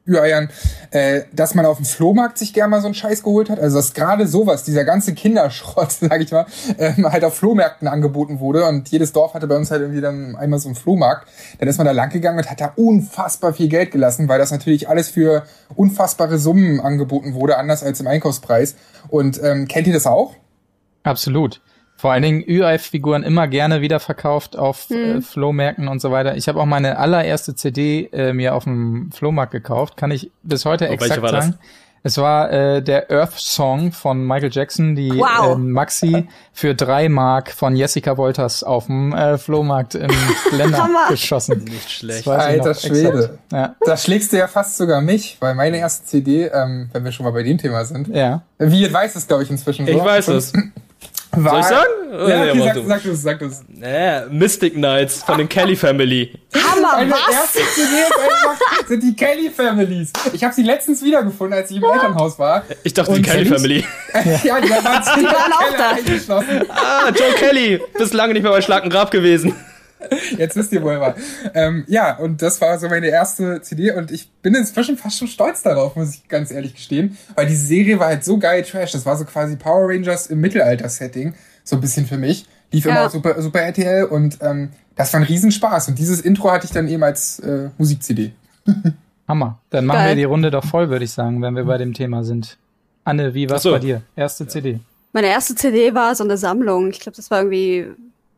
Ü-Eiern, dass man auf dem Flohmarkt sich gerne mal so einen Scheiß geholt hat. Also dass gerade sowas, dieser ganze Kinderschrott, sag ich mal, halt auf Flohmärkten angeboten wurde. Und jedes Dorf hatte bei uns halt irgendwie dann einmal so einen Flohmarkt. Dann ist man da lang gegangen und hat da unfassbar viel Geld gelassen, weil das natürlich alles für unfassbare Summen angeboten wurde, anders als im Einkaufspreis. Und kennt ihr das auch? Absolut. Vor allen Dingen Ü-Ei-Figuren immer gerne wiederverkauft auf Flohmärkten und so weiter. Ich habe auch meine allererste CD mir auf dem Flohmarkt gekauft. Kann ich bis heute exakt sagen. Es war der Earth Song von Michael Jackson, die Maxi für 3 Mark von Jessica Wolters auf dem Flohmarkt im Geländer geschossen. Nicht schlecht. Alter Schwede. Ja. Da schlägst du ja fast sogar mich, weil meine erste CD, wenn wir schon mal bei dem Thema sind, wie weiß es, glaube ich, inzwischen so. Ich weiß es. Soll ich sagen? Ja, okay, sag du es. Mystic Knights von den Kelly Family. Hammer, Meine was? erste CD sind die Kelly Families. Ich habe sie letztens wiedergefunden, als ich im Elternhaus war. Ich dachte, die Kelly Family. Ja, die waren auch da. eingeschlossen. Joe Kelly. Bist lange nicht mehr bei Schlag 'n Grab gewesen. Jetzt wisst ihr, wo er war. Ja, und das war so meine erste CD und ich bin inzwischen fast schon stolz darauf, muss ich ganz ehrlich gestehen, weil diese Serie war halt so geil Trash. Das war so quasi Power Rangers im Mittelalter-Setting, so ein bisschen für mich. Lief immer auf Super RTL und das war ein Riesenspaß. Und dieses Intro hatte ich dann eben als Musik-CD. Hammer. Dann machen wir die Runde doch voll, würde ich sagen, wenn wir bei dem Thema sind. Anne, wie war's bei dir? Erste CD? Meine erste CD war so eine Sammlung. Ich glaube, das war irgendwie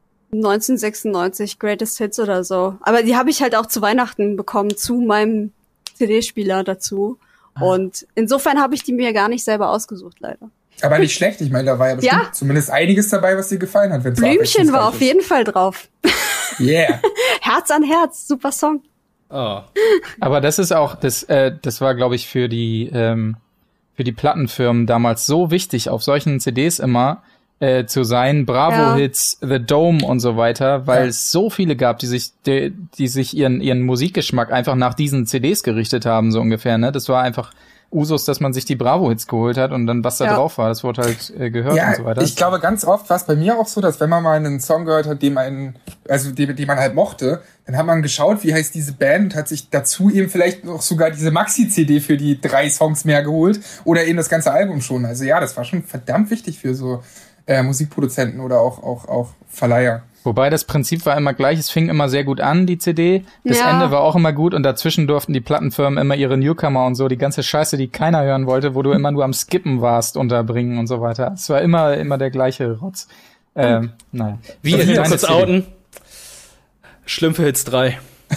1996 Greatest Hits oder so. Aber die habe ich halt auch zu Weihnachten bekommen, zu meinem CD-Spieler dazu. Und insofern habe ich die mir gar nicht selber ausgesucht, leider. Aber nicht schlecht. Ich meine, da war ja bestimmt zumindest einiges dabei, was dir gefallen hat. Blümchen war auf jeden Fall drauf. Yeah. Herz an Herz, super Song. Oh. Aber das ist auch, das war, glaube ich, für die Plattenfirmen damals so wichtig, auf solchen CDs immer zu sein, Bravo-Hits, The Dome und so weiter, weil es so viele gab, die sich ihren Musikgeschmack einfach nach diesen CDs gerichtet haben, so ungefähr, ne? Das war einfach Usus, dass man sich die Bravo-Hits geholt hat und dann, was da drauf war, das wurde halt gehört und so weiter. Ich glaube, ganz oft war es bei mir auch so, dass wenn man mal einen Song gehört hat, den man halt mochte, dann hat man geschaut, wie heißt diese Band und hat sich dazu eben vielleicht noch sogar diese Maxi-CD für die 3 Songs mehr geholt oder eben das ganze Album schon. Also ja, das war schon verdammt wichtig für so Musikproduzenten oder auch Verleiher. Wobei das Prinzip war immer gleich, es fing immer sehr gut an, die CD, das Ende war auch immer gut und dazwischen durften die Plattenfirmen immer ihre Newcomer und so, die ganze Scheiße, die keiner hören wollte, wo du immer nur am Skippen warst, unterbringen und so weiter. Es war immer der gleiche Rotz. Naja. Wie ihr kurz outen? Schlümpfe Hits 3.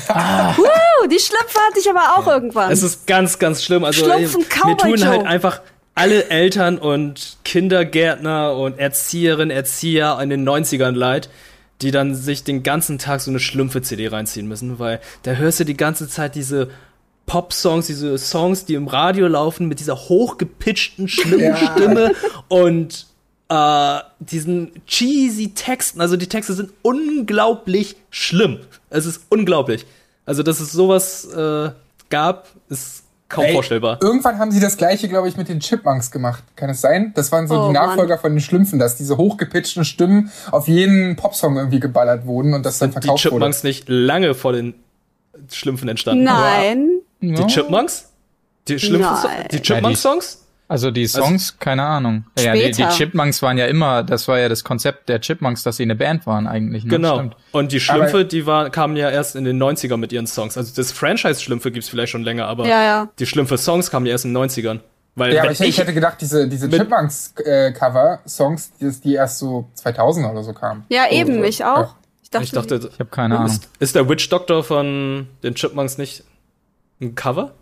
Die Schlümpfe hatte ich aber auch irgendwann. Es ist ganz, ganz schlimm. Also mir tun halt einfach alle Eltern und Kindergärtner und Erzieherinnen, Erzieher in den 90ern leid, die dann sich den ganzen Tag so eine Schlümpfe-CD reinziehen müssen, weil da hörst du die ganze Zeit diese Pop-Songs, diese Songs, die im Radio laufen, mit dieser hochgepitchten, schlimmen Stimme und diesen cheesy Texten. Also die Texte sind unglaublich schlimm. Es ist unglaublich. Also, dass es sowas gab, ist kaum vorstellbar. Irgendwann haben sie das Gleiche, glaube ich, mit den Chipmunks gemacht. Kann es sein? Das waren so die Nachfolger von den Schlümpfen, dass diese hochgepitchten Stimmen auf jeden Popsong irgendwie geballert wurden und das dann verkauft wurde. Die Chipmunks nicht lange vor den Schlümpfen entstanden? Nein. Die Chipmunks? Die Chipmunks-Songs? Also die Songs, keine Ahnung. Ja, die Chipmunks waren ja immer, das war ja das Konzept der Chipmunks, dass sie eine Band waren eigentlich. Ne? Genau. Stimmt. Und die Schlümpfe, kamen ja erst in den 90ern mit ihren Songs. Also das Franchise-Schlümpfe gibt's vielleicht schon länger, aber die Schlümpfe-Songs kamen ja erst in den 90ern. Weil aber ich hätte gedacht, diese Chipmunks-Cover-Songs, die erst so 2000 oder so kamen. Ja, eben, ich auch. Ja. Ich dachte, ich habe keine Ahnung. Ist der Witch Doctor von den Chipmunks nicht ein Cover?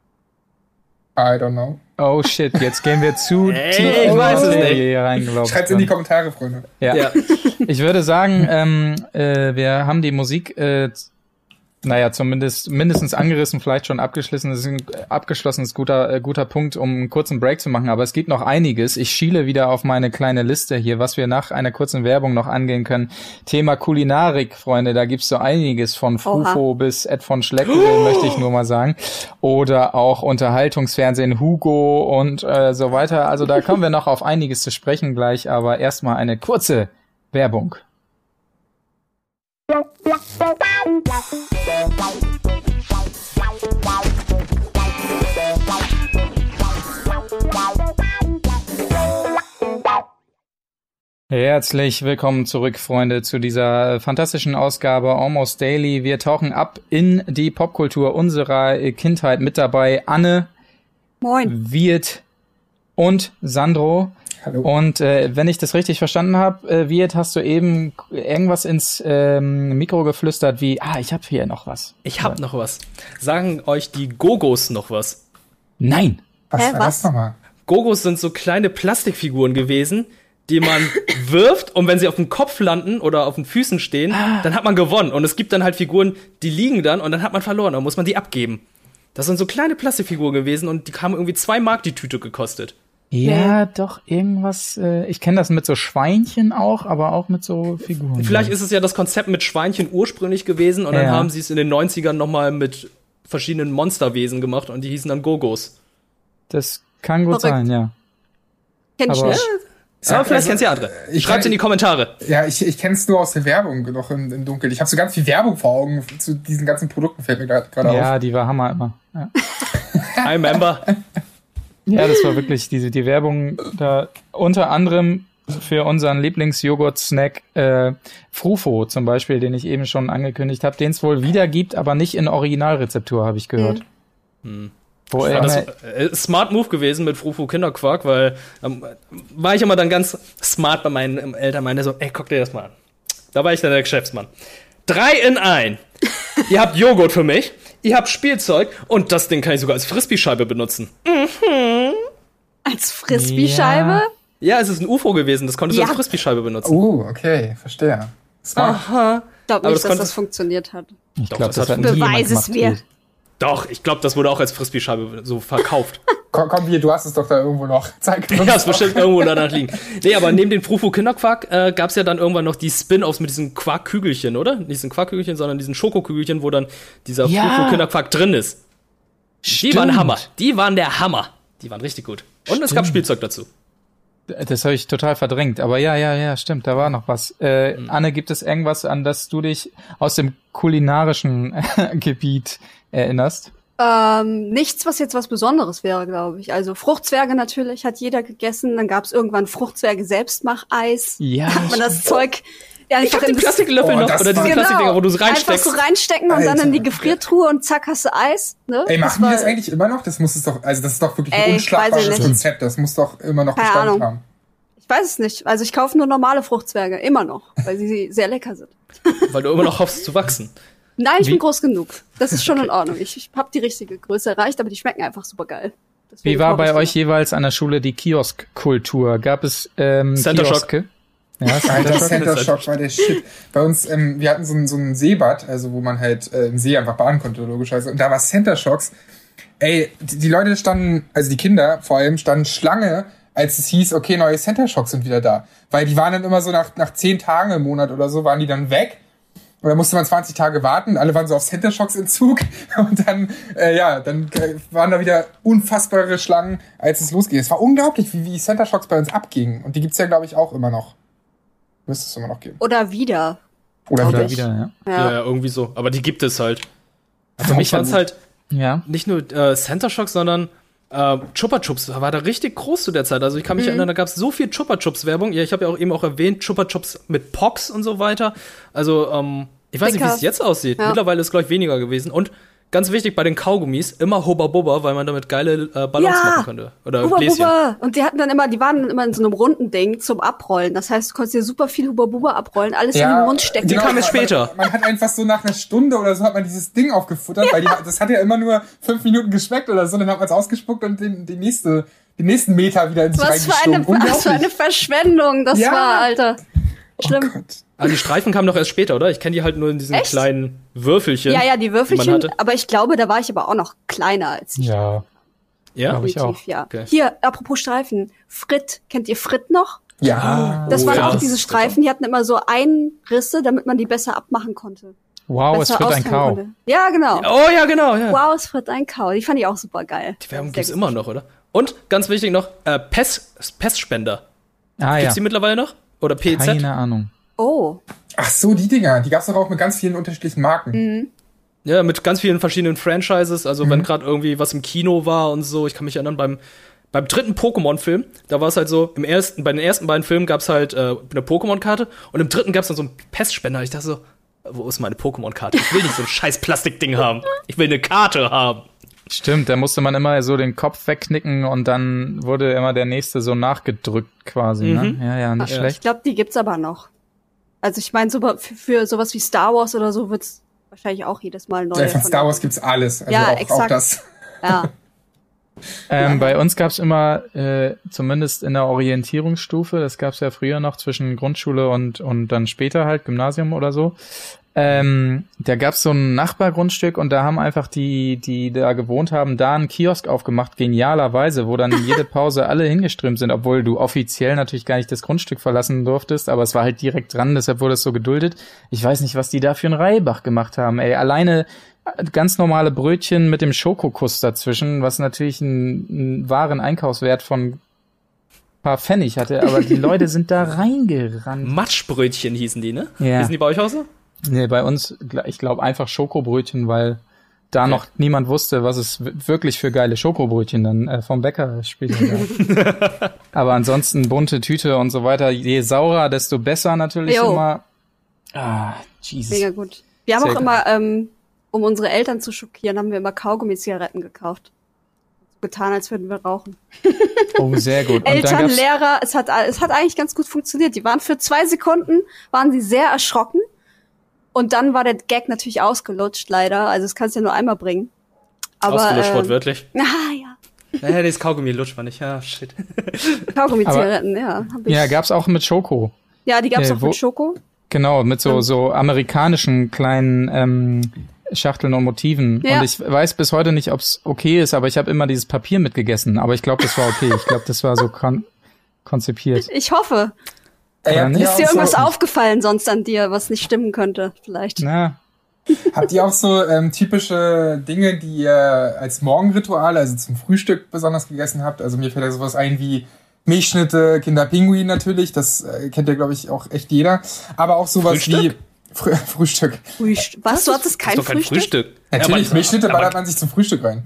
I don't know. Oh shit, jetzt gehen wir zu tief ich weiß es nicht. Schreibt's in die Kommentare, Freunde. Ja. Ich würde sagen, wir haben die Musik, mindestens angerissen, vielleicht schon abgeschlossen. Das ist ein abgeschlossenes guter Punkt, um einen kurzen Break zu machen. Aber es gibt noch einiges. Ich schiele wieder auf meine kleine Liste hier, was wir nach einer kurzen Werbung noch angehen können. Thema Kulinarik, Freunde. Da gibt's so einiges von Frufo bis Ed von Schleckenrill, möchte ich nur mal sagen. Oder auch Unterhaltungsfernsehen, Hugo und so weiter. Also da kommen wir noch auf einiges zu sprechen gleich. Aber erstmal eine kurze Werbung. Herzlich willkommen zurück, Freunde, zu dieser fantastischen Ausgabe Almost Daily. Wir tauchen ab in die Popkultur unserer Kindheit. Mit dabei Anne, Moin, Wirt und Sandro. Hallo. Und wenn ich das richtig verstanden habe, Wirt, hast du eben irgendwas ins Mikro geflüstert wie, ich habe hier noch was. Ich hab noch was. Sagen euch die Gogos noch was? Nein. Was war das nochmal? Gogos sind so kleine Plastikfiguren gewesen, die man wirft, und wenn sie auf dem Kopf landen oder auf den Füßen stehen, dann hat man gewonnen. Und es gibt dann halt Figuren, die liegen dann und dann hat man verloren. Dann muss man die abgeben. Das sind so kleine Plastikfiguren gewesen und die haben irgendwie 2 Mark die Tüte gekostet. Ja, doch, irgendwas. Ich kenne das mit so Schweinchen auch, aber auch mit so Figuren. Vielleicht ist es ja das Konzept mit Schweinchen ursprünglich gewesen und dann haben sie es in den 90ern nochmal mit verschiedenen Monsterwesen gemacht und die hießen dann Gogos. Das kann gut sein, ja. kenn ich Aber- nicht. Aber vielleicht kennst du ja andere. Schreibt in die Kommentare. Ja, ich kenne es nur aus der Werbung noch im Dunkeln. Ich habe so ganz viel Werbung vor Augen zu diesen ganzen Produkten, fällt mir gerade auf. Ja, die war Hammer immer. Ja. I remember. Ja, das war wirklich die Werbung da unter anderem für unseren Lieblingsjoghurt-Snack Frufo zum Beispiel, den ich eben schon angekündigt habe, den es wohl wieder gibt, aber nicht in Originalrezeptur, habe ich gehört. Wo War das smart Move gewesen mit Frufu Kinderquark, weil war ich immer dann ganz smart bei meinen Eltern, meinte so, ey, guck dir das mal an. Da war ich dann der Geschäftsmann. 3 in 1. Ihr habt Joghurt für mich, ihr habt Spielzeug und das Ding kann ich sogar als Frisbee-Scheibe benutzen. Als Frisbee-Scheibe? Ja, es ist ein UFO gewesen, das konntest du als Frisbee-Scheibe benutzen. Okay, verstehe. Smart. Aha. Ich glaube Aber nicht, das dass das funktioniert hat. Ich Doch, glaube, das das hat hat- nie Beweis jemand es mir. gemacht. Doch, ich glaube, das wurde auch als Frisbee-Scheibe so verkauft. Komm, du hast es doch da irgendwo noch. Zeig uns Ja, ist doch. bestimmt irgendwo danach liegen. Nee, aber neben den Frufu Kinderquark gab's ja dann irgendwann noch die Spin-Offs mit diesen Quarkkügelchen, oder? Nicht diesen Quarkkügelchen, sondern diesen Schokokügelchen, wo dann dieser Ja. Frufu Kinderquark drin ist. Die Stimmt. waren Hammer. Die waren der Hammer. Die waren richtig gut. Und es gab Stimmt. Spielzeug dazu. Das habe ich total verdrängt. Aber ja, stimmt, da war noch was. Anne, gibt es irgendwas, an das du dich aus dem kulinarischen Gebiet erinnerst? Nichts, was jetzt was Besonderes wäre, glaube ich. Also Fruchtzwerge natürlich hat jeder gegessen. Dann gab es irgendwann Fruchtzwerge Selbstmacheis. Ja, Hat man das Zeug ja, Ich hab die das- Plastiklöffel Oh, noch, das oder diese war- Plastikdinger, wo du es Einfach reinsteckst. so reinstecken und dann Alter. in die Gefriertruhe und zack hast du Eis. Ne? Ey, machen die war- das eigentlich immer noch? Das muss es doch, also das ist doch wirklich Ey, ein weiß unschlagbares ich nicht. Konzept. Das muss doch immer noch Keine Bestand Ahnung. haben. Ich weiß es nicht. Also ich kaufe nur normale Fruchtzwerge, immer noch, weil sie sehr lecker sind. Weil du immer noch hoffst zu wachsen. Nein, ich Wie- bin groß genug. Das ist schon in Ordnung. Ich habe die richtige Größe erreicht, aber die schmecken einfach super geil. Wie war bei euch jeweils an der Schule die Kioskkultur? Gab es Center Shock. Kioske? Ja, Alter, Center Shock. Center Shock war der Shit. Bei uns, wir hatten so ein Seebad, also wo man halt im See einfach baden konnte, logischerweise. Und da war Center Shocks. Ey, die Leute standen, also die Kinder vor allem, standen Schlange, als es hieß, okay, neue Center Shocks sind wieder da. Weil die waren dann immer so nach 10 Tagen im Monat oder so, waren die dann weg. Und dann musste man 20 Tage warten. Alle waren so auf Center Shocks Entzug. Und dann, dann waren da wieder unfassbare Schlangen, als es losging. Es war unglaublich, wie Center Shocks bei uns abgingen. Und die gibt's ja, glaube ich, auch immer noch. Müsste es immer noch geben. Oder wieder. Oder Glaub wieder. ich. Wieder, ja. Ja, irgendwie so. Aber die gibt es halt. Für Für mich waren es halt Ja. nicht nur Center Shock, sondern Chupa Chups war da richtig groß zu der Zeit. Also ich kann mich erinnern, da gab es so viel Chupa Chups Werbung. Ja, ich habe ja auch eben auch erwähnt, Chupa Chups mit Pox und so weiter. Also ich weiß nicht, wie es Dicker. jetzt aussieht. Ja. Mittlerweile ist es, glaube ich, weniger gewesen. Und ganz wichtig bei den Kaugummis, immer Hubba Bubba, weil man damit geile Ballons machen konnte. Oder Huba Bläschen. Buba. Und die waren dann immer in so einem runden Ding zum Abrollen. Das heißt, du konntest dir super viel Huba Buba abrollen, alles in den Mund stecken. Die kam jetzt später. Man hat einfach so nach einer Stunde oder so hat man dieses Ding aufgefuttert, weil das hat ja immer nur 5 Minuten geschmeckt oder so, dann hat man es ausgespuckt und den nächsten Meter wieder in sich Was für reingeschoben. eine Verschwendung das Ja. war, Alter. Schlimm. Oh Gott. Ah, die Streifen kamen doch erst später, oder? Ich kenne die halt nur in diesen Echt? kleinen Würfelchen. Ja, die man Würfelchen, hatte. aber ich glaube, da war ich aber auch noch kleiner als ich. Ja. Ja? Glaub ich Definitiv, auch. ja. Okay. Hier, apropos Streifen. Fritt, kennt ihr Fritt noch? Ja. Das Oh, waren ja. auch diese Streifen, die hatten immer so Einrisse, damit man die besser abmachen konnte. Wow, es Besser wird ein austeilen Kau. konnte. Ja, genau. Oh ja, genau. Ja. Wow, es fritt ein Kau. Die fand ich auch super geil. Die Werbung gibt's immer noch, oder? Und ganz wichtig noch, Pestspender. Ah ja, Gibt's die mittlerweile noch? Oder PEZ? keine Ahnung. Oh. Ach so, die Dinger. Die gab's doch auch mit ganz vielen unterschiedlichen Marken. Ja, mit ganz vielen verschiedenen Franchises. Also wenn gerade irgendwie was im Kino war und so. Ich kann mich erinnern, beim dritten Pokémon-Film, da war es halt so, bei den ersten beiden Filmen gab's halt eine Pokémon-Karte und im dritten gab's dann so einen Pestspender. Ich dachte so, wo ist meine Pokémon-Karte? Ich will nicht so ein scheiß Plastikding haben. Ich will eine Karte haben. Stimmt, da musste man immer so den Kopf wegknicken und dann wurde immer der nächste so nachgedrückt quasi, ne? Ja, nicht schlecht. Ich glaube, die gibt's aber noch. Also ich meine, für sowas wie Star Wars oder so wird's wahrscheinlich auch jedes Mal neu. Ja, von Star Wars gibt's alles. Also ja, auch, exakt. Auch das. Ja. Bei uns gab's immer, zumindest in der Orientierungsstufe, das gab's ja früher noch zwischen Grundschule und dann später halt Gymnasium oder so, da gab's so ein Nachbargrundstück und da haben einfach die da gewohnt haben, da einen Kiosk aufgemacht, genialerweise, wo dann jede Pause alle hingeströmt sind, obwohl du offiziell natürlich gar nicht das Grundstück verlassen durftest, aber es war halt direkt dran, deshalb wurde es so geduldet. Ich weiß nicht, was die da für einen Reibach gemacht haben, ey. Alleine ganz normale Brötchen mit dem Schokokuss dazwischen, was natürlich einen wahren Einkaufswert von paar Pfennig hatte, aber die Leute sind da reingerannt. Matschbrötchen hießen die, ne? Ja. Hießen die bei euch auch so? Nee, bei uns, ich glaube einfach Schokobrötchen, weil da noch niemand wusste, was es wirklich für geile Schokobrötchen dann vom Bäcker später gab. Aber ansonsten bunte Tüte und so weiter. Je saurer, desto besser natürlich immer. Jesus. Mega gut. Wir haben auch immer, um unsere Eltern zu schockieren, haben wir immer Kaugummi-Zigaretten gekauft. Getan, als würden wir rauchen. Oh, sehr gut. Und Eltern, Lehrer, es hat eigentlich ganz gut funktioniert. Die waren für 2 Sekunden, waren sie sehr erschrocken. Und dann war der Gag natürlich ausgelutscht, leider. Also das kannst du ja nur einmal bringen. Aber, ausgelutscht, wortwörtlich. Ja. Ja, das Kaugummi lutscht man nicht. Ja, shit. Kaugummi-Zigaretten, ja. Ja, gab's auch mit Schoko. Ja, die gab's auch mit Schoko. Genau, mit so amerikanischen kleinen Schachteln und Motiven. Ja. Und ich weiß bis heute nicht, ob's okay ist, aber ich habe immer dieses Papier mitgegessen. Aber ich glaube, das war okay. Ich glaube, das war so konzipiert. Ich hoffe. Ist dir irgendwas aufgefallen sonst an dir, was nicht stimmen könnte, vielleicht? Na. Habt ihr auch so typische Dinge, die ihr als Morgenritual, also zum Frühstück besonders gegessen habt? Also mir fällt da sowas ein wie Milchschnitte, Kinderpinguin natürlich, das kennt ja, glaube ich, auch echt jeder. Aber auch sowas Frühstück? wie Frühstück. Was, du hattest kein Frühstück? Natürlich, Milchschnitte ballert man sich zum Frühstück rein.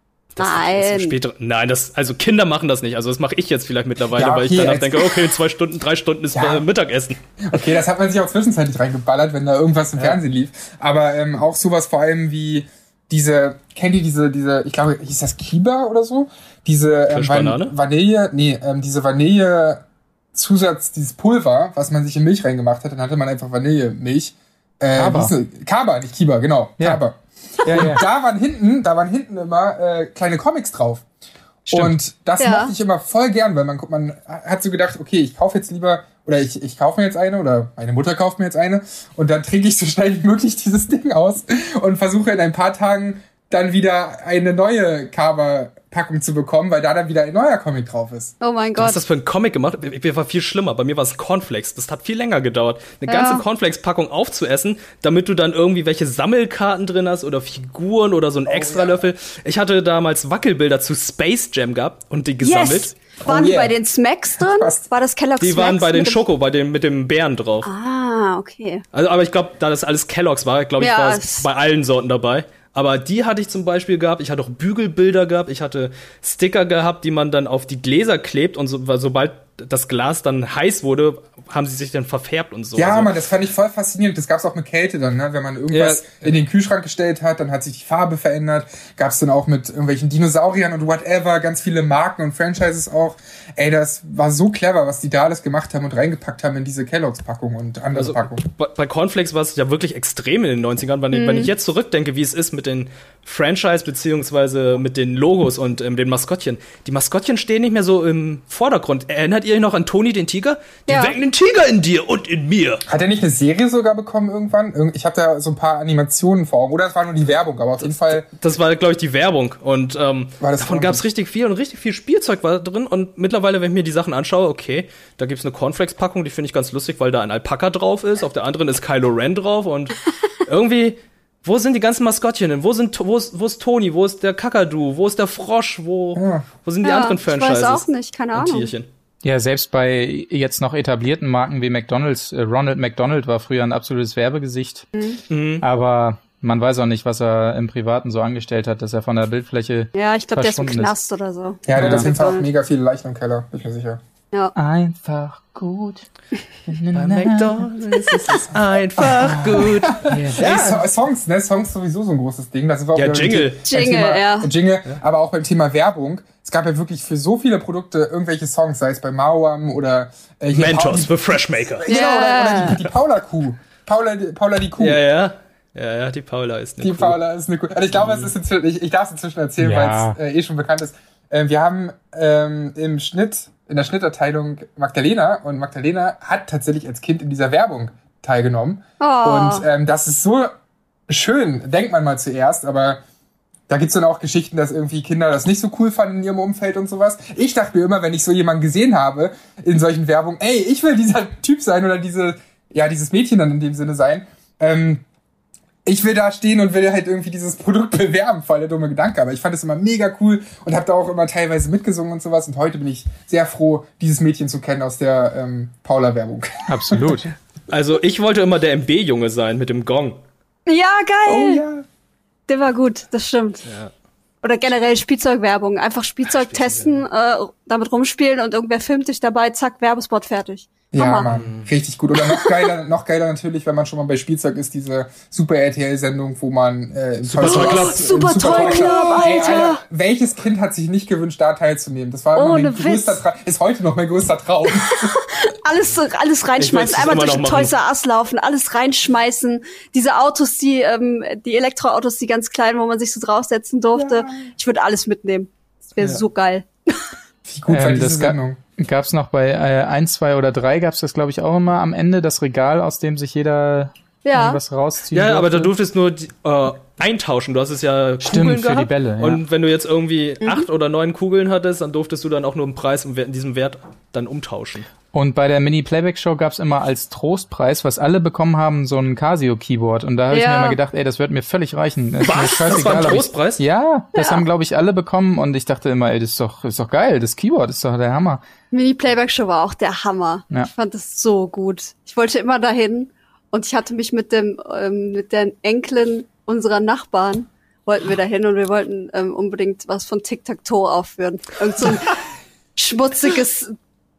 Nein, also Kinder machen das nicht. Also das mache ich jetzt vielleicht mittlerweile, weil ich danach denke, okay, 2 Stunden, 3 Stunden ist Mittagessen. Okay, das hat man sich auch zwischenzeitlich reingeballert, wenn da irgendwas im Fernsehen lief. Aber auch sowas vor allem wie kennt ihr diese, ich glaube, hieß das Kiba oder so? Diese diese Vanille-Zusatz, dieses Pulver, was man sich in Milch reingemacht hat, dann hatte man einfach Vanillemilch. Kaba, nicht Kiba, genau. Ja. Kaba. Ja. Und da waren hinten immer kleine Comics drauf. Stimmt. Und das mochte ich immer voll gern, weil man hat so gedacht, okay, ich kaufe jetzt lieber, oder ich kaufe mir jetzt eine, oder meine Mutter kauft mir jetzt eine, und dann trinke ich so schnell wie möglich dieses Ding aus und versuche in ein paar Tagen dann wieder eine neue Kaba-Packung zu bekommen, weil da dann wieder ein neuer Comic drauf ist. Oh mein Gott. Du hast das für einen Comic gemacht? Mir war viel schlimmer. Bei mir war es Cornflakes. Das hat viel länger gedauert. Eine ganze Cornflakes-Packung aufzuessen, damit du dann irgendwie welche Sammelkarten drin hast oder Figuren oder so einen Extralöffel. Ich hatte damals Wackelbilder zu Space Jam gehabt und die gesammelt. Yes. Waren die bei den Smacks drin? War das Kellogg's Smacks? Die waren bei den Schoko, mit dem Bären drauf. Ah, okay. Also, aber ich glaube, da das alles Kellogg's war, glaube ich, war es bei allen Sorten dabei. Aber die hatte ich zum Beispiel gehabt. Ich hatte auch Bügelbilder gehabt. Ich hatte Sticker gehabt, die man dann auf die Gläser klebt. Und sobald das Glas dann heiß wurde, haben sie sich dann verfärbt und so. Ja, Mann, das fand ich voll faszinierend. Das gab's auch mit Kälte dann, ne? Wenn man irgendwas in den Kühlschrank gestellt hat, dann hat sich die Farbe verändert. Gab's dann auch mit irgendwelchen Dinosauriern und whatever, ganz viele Marken und Franchises auch. Ey, das war so clever, was die da alles gemacht haben und reingepackt haben in diese Kellogg's-Packung und andere Packungen. Bei Cornflakes war es ja wirklich extrem in den 90ern. Wenn ich jetzt zurückdenke, wie es ist mit den Franchise beziehungsweise mit den Logos und den Maskottchen. Die Maskottchen stehen nicht mehr so im Vordergrund. Erinnert ihr euch noch an Toni den Tiger? Die wecken den Tiger in dir und in mir. Hat er nicht eine Serie sogar bekommen irgendwann? Ich habe da so ein paar Animationen vor Augen. Oder das war nur die Werbung, aber auf jeden Fall. Das war, glaube ich, die Werbung. Und davon gab es richtig viel und richtig viel Spielzeug war drin. Und mittlerweile, wenn ich mir die Sachen anschaue, okay, da gibt's eine Cornflakes-Packung, die finde ich ganz lustig, weil da ein Alpaka drauf ist. Auf der anderen ist Kylo Ren drauf. Und irgendwie, wo sind die ganzen Maskottchen? Wo ist Toni? Wo ist der Kakadu? Wo ist der Frosch? Wo sind die anderen Franchises? Ich weiß auch nicht, keine Ahnung. Tierchen. Ja, selbst bei jetzt noch etablierten Marken wie McDonald's, Ronald McDonald war früher ein absolutes Werbegesicht. Aber Man weiß auch nicht, was er im Privaten so angestellt hat, dass er von der Bildfläche Ja, ich glaube, der ist im verschwunden Knast oder so. Ja, der hat auf jeden Fall auch mega viele Leichen im Keller, bin ich mir sicher. Ja. Einfach gut. Bei McDonald's ist es einfach gut. Ja, Songs, ne? Songs sowieso so ein großes Ding. Das ist auch Jingle. Jingle, aber auch beim Thema Werbung. Es gab ja wirklich für so viele Produkte irgendwelche Songs, sei es bei Mauam oder Mentos für Freshmaker. Genau, oder die Paula-Kuh. Paula die Kuh. Ja, die Paula ist eine Kuh. Die Paula ist eine Kuh. Also ich glaube, es ist inzwischen, ich darf es inzwischen erzählen, weil es schon bekannt ist. Wir haben in der Schnittabteilung Magdalena, und Magdalena hat tatsächlich als Kind in dieser Werbung teilgenommen. Oh. Und das ist so schön, denkt man mal zuerst, aber da gibt's dann auch Geschichten, dass irgendwie Kinder das nicht so cool fanden in ihrem Umfeld und sowas. Ich dachte mir immer, wenn ich so jemanden gesehen habe in solchen Werbungen, ey, ich will dieser Typ sein oder dieses Mädchen dann in dem Sinne sein, ich will da stehen und will halt irgendwie dieses Produkt bewerben, voll der dumme Gedanke. Aber ich fand es immer mega cool und habe da auch immer teilweise mitgesungen und sowas. Und heute bin ich sehr froh, dieses Mädchen zu kennen aus der Paula-Werbung. Absolut. Also ich wollte immer der MB-Junge sein mit dem Gong. Ja, geil. Oh ja. Der war gut, das stimmt. Ja. Oder generell Spielzeugwerbung. Einfach Spielzeug testen, damit rumspielen und irgendwer filmt dich dabei, zack, Werbespot fertig. Ja, Hammer. Mann, richtig gut. Oder noch geiler natürlich, wenn man schon mal bei Spielzeug ist, diese Super RTL-Sendung, wo man im Super Toy Club. Super Toy Club, Alter. Welches Kind hat sich nicht gewünscht, da teilzunehmen? Das war immer mein größter Traum. Ist heute noch mein größter Traum. alles reinschmeißen, einmal durch den Toys R Us laufen, alles reinschmeißen. Diese Autos, die Elektroautos, die ganz kleinen, wo man sich so draufsetzen durfte. Ja. Ich würde alles mitnehmen. Das wäre so geil. Wie gut war diese Sendung? Gab's noch bei 1, 2 oder 3 gab's das, glaube ich, auch immer am Ende, das Regal, aus dem sich jeder was rausziehen durfte. Aber da durftest nur eintauschen. Du hast es ja Kugeln gehabt. Für die Bälle, ja. Und wenn du jetzt irgendwie 8 oder 9 Kugeln hattest, dann durftest du dann auch nur einen Preis in diesem Wert dann umtauschen. Und bei der Mini-Playback-Show gab's immer als Trostpreis, was alle bekommen haben, so ein Casio-Keyboard. Und da habe ich mir immer gedacht, ey, das wird mir völlig reichen. Was? Das war ein Trostpreis? Das haben, glaube ich, alle bekommen. Und ich dachte immer, ey, das ist doch geil. Das Keyboard ist doch der Hammer. Mini-Playback-Show war auch der Hammer. Ja. Ich fand das so gut. Ich wollte immer dahin. Und ich hatte mich mit der Enkelin unserer Nachbarn, wollten wir dahin. Und wir wollten unbedingt was von Tic-Tac-Toe aufführen. Irgend so ein schmutziges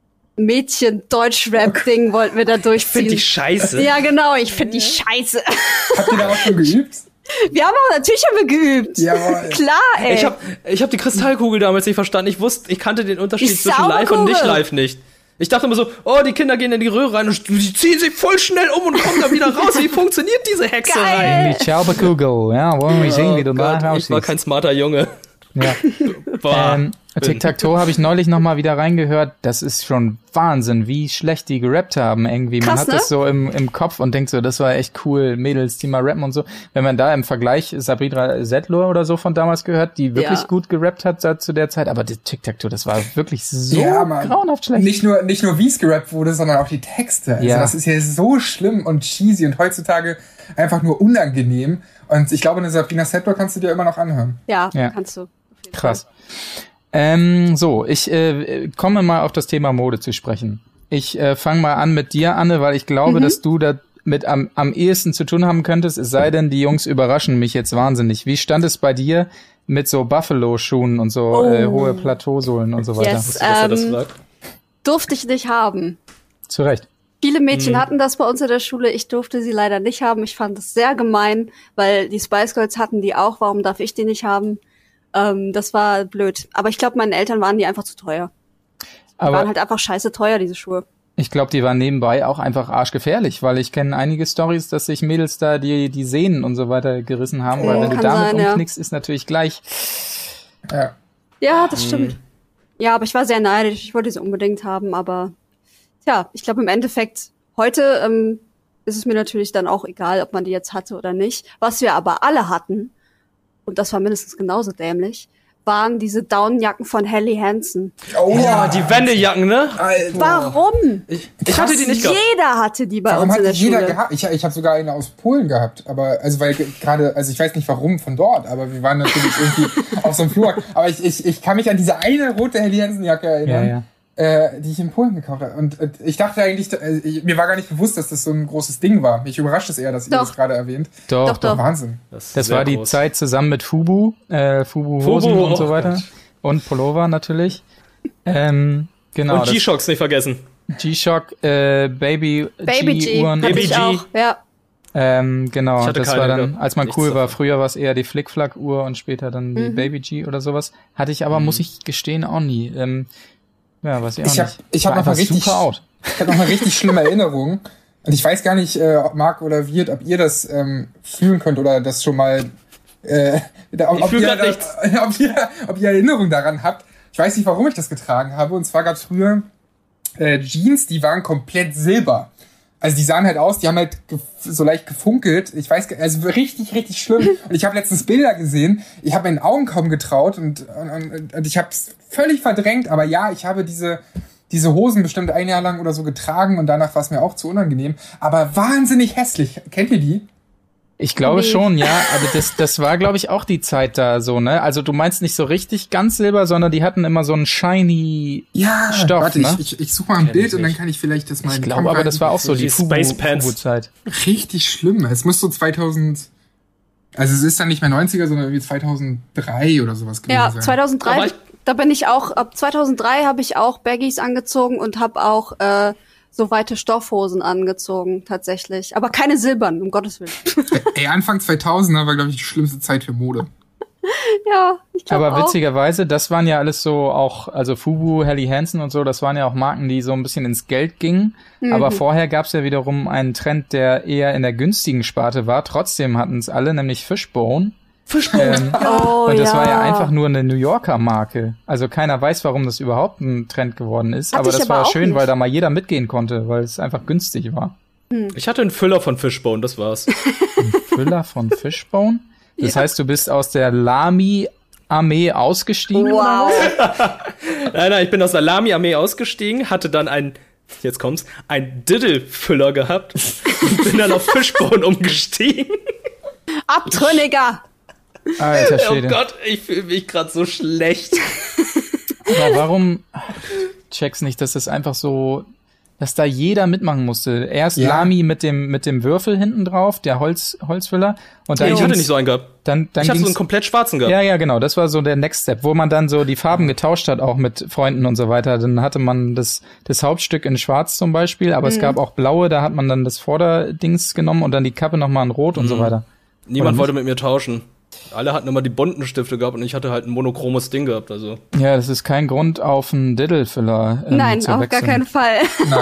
Mädchen-Deutsch-Rap-Ding wollten wir da durchziehen. Ich finde die scheiße. Ja, genau, ich finde die scheiße. Habt ihr da auch schon geübt? Natürlich haben wir geübt. Jawohl. Klar, ey. Ich hab die Kristallkugel damals nicht verstanden. Ich kannte den Unterschied zwischen live und nicht live nicht. Ich dachte immer so, die Kinder gehen in die Röhre rein und die ziehen sich voll schnell um und kommen da wieder raus. Wie funktioniert diese Hexerei? Die Schaubekugel, ja, wollen wir sehen, wie du da raussiehst. Ich war kein smarter Junge. Ja. Tic-Tac-Toe habe ich neulich noch mal wieder reingehört. Das ist schon Wahnsinn, wie schlecht die gerappt haben irgendwie. Man hat das so im Kopf und denkt so, das war echt cool, Mädels, die mal rappen und so. Wenn man da im Vergleich Sabrina Settler oder so von damals gehört, die wirklich gut gerappt hat zu der Zeit, aber die Tic-Tac-Toe, das war wirklich so grauenhaft schlecht. Nicht nur wie es gerappt wurde, sondern auch die Texte. Also das ist ja so schlimm und cheesy und heutzutage einfach nur unangenehm. Und ich glaube, eine Sabrina Settler kannst du dir immer noch anhören. Ja. Kannst du. Krass. Ich komme mal auf das Thema Mode zu sprechen. Ich fange mal an mit dir, Anne, weil ich glaube, dass du da mit am ehesten zu tun haben könntest, es sei denn, die Jungs überraschen mich jetzt wahnsinnig. Wie stand es bei dir mit so Buffalo-Schuhen und so hohe Plateausohlen und so weiter? Yes, durfte ich nicht haben. Zu Recht. Viele Mädchen hatten das bei uns in der Schule. Ich durfte sie leider nicht haben. Ich fand das sehr gemein, weil die Spice Girls hatten die auch. Warum darf ich die nicht haben? Das war blöd. Aber ich glaube, meinen Eltern waren die einfach zu teuer. Die waren halt einfach scheiße teuer, diese Schuhe. Ich glaube, die waren nebenbei auch einfach arschgefährlich, weil ich kenne einige Storys, dass sich Mädels da die Sehnen und so weiter gerissen haben, weil wenn du damit umknickst, ist natürlich gleich. Ja, das stimmt. Ja, aber ich war sehr neidisch. Ich wollte sie unbedingt haben, aber ich glaube im Endeffekt, heute ist es mir natürlich dann auch egal, ob man die jetzt hatte oder nicht. Was wir aber alle hatten, und das war mindestens genauso dämlich, waren diese Downjacken von Helly Hansen. Oh ja, die Wendejacken, ne? Alter. Warum? Ich hatte die nicht gehabt. Jeder hatte die bei uns in der Schule. Warum hat jeder gehabt? Ich habe sogar eine aus Polen gehabt, aber weil ich weiß nicht warum von dort, aber wir waren natürlich irgendwie auf so einem Flur. Aber ich kann mich an diese eine rote Helly Hansen Jacke erinnern. Ja. die ich in Polen gekauft habe. Und ich dachte eigentlich, mir war gar nicht bewusst, dass das so ein großes Ding war. Mich überrascht es eher, dass ihr das gerade erwähnt. Doch. Wahnsinn. Das war die Zeit zusammen mit Fubu Hosen und so weiter. Gott. Und Pullover natürlich. Genau. Und G-Shocks nicht vergessen. G-Shock, Baby G-Uhren. Baby G, auch, ja. Genau, das war dann, als man cool war. Früher war es eher die Flick-Flack-Uhr und später dann die Baby G oder sowas. Hatte ich aber, muss ich gestehen, auch nie. Ja, weiß ich auch nicht. Ich habe noch eine richtig schlimme Erinnerung. Und ich weiß gar nicht, ob Marc oder Wirt, ob ihr das fühlen könnt oder das schon mal, ob ihr Erinnerung daran habt. Ich weiß nicht, warum ich das getragen habe. Und zwar gab es früher Jeans, die waren komplett silber. Also die sahen halt aus, die haben halt so leicht gefunkelt. Ich weiß, also richtig, richtig schlimm. Und ich habe letztens Bilder gesehen. Ich habe meinen Augen kaum getraut und ich habe es völlig verdrängt. Aber ja, ich habe diese Hosen bestimmt 1 Jahr lang oder so getragen und danach war es mir auch zu unangenehm. Aber wahnsinnig hässlich. Kennt ihr die? Ich glaube schon, ja. Aber das war, glaube ich, auch die Zeit da so, ne? Also du meinst nicht so richtig ganz Silber, sondern die hatten immer so einen shiny Stoff, warte, ne? Ich suche mal ein Bild und dann kann ich vielleicht das mal... Ich glaube, aber das war auch so die Fubu-Zeit. Richtig schlimm. Es muss so 2000... Also es ist dann nicht mehr 90er, sondern irgendwie 2003 oder sowas gewesen sein. Ja, 2003, da bin ich auch... Ab 2003 habe ich auch Baggies angezogen und habe auch... so weite Stoffhosen angezogen, tatsächlich. Aber keine silbernen, um Gottes Willen. Anfang 2000er war, glaube ich, die schlimmste Zeit für Mode. Ja, ich glaube auch. Aber witzigerweise, das waren ja alles so auch, also Fubu, Helly Hansen und so, das waren ja auch Marken, die so ein bisschen ins Geld gingen. Aber vorher gab's ja wiederum einen Trend, der eher in der günstigen Sparte war. Trotzdem hatten es alle, nämlich Fishbone. Und das war ja einfach nur eine New Yorker Marke. Also keiner weiß, warum das überhaupt ein Trend geworden ist. Aber das war schön, weil da mal jeder mitgehen konnte, weil es einfach günstig war. Ich hatte einen Füller von Fishbone, das war's. Ein Füller von Fishbone? Das heißt, du bist aus der Lamy-Armee ausgestiegen? Wow. Nein, ich bin aus der Lamy-Armee ausgestiegen, hatte dann einen Diddle-Füller gehabt und bin dann auf Fishbone umgestiegen. Abtrünniger! Alter Schwede. Oh Gott, ich fühle mich gerade so schlecht. Aber warum check's nicht, dass das einfach so, dass da jeder mitmachen musste? Erst Lamy mit dem Würfel hinten drauf, der Holzfüller. Und dann ich hatte nicht so einen gehabt. Dann ich hatte so einen komplett schwarzen gehabt. Ja, genau. Das war so der Next Step, wo man dann so die Farben getauscht hat, auch mit Freunden und so weiter. Dann hatte man das Hauptstück in schwarz zum Beispiel, aber es gab auch blaue, da hat man dann das Vorderdings genommen und dann die Kappe nochmal in rot und so weiter. Niemand wollte mit mir tauschen. Alle hatten immer die bunten Stifte gehabt und ich hatte halt ein monochromes Ding gehabt, also. Ja, das ist kein Grund auf einen Diddle-Füller Nein, zu auf wechseln. gar keinen Fall.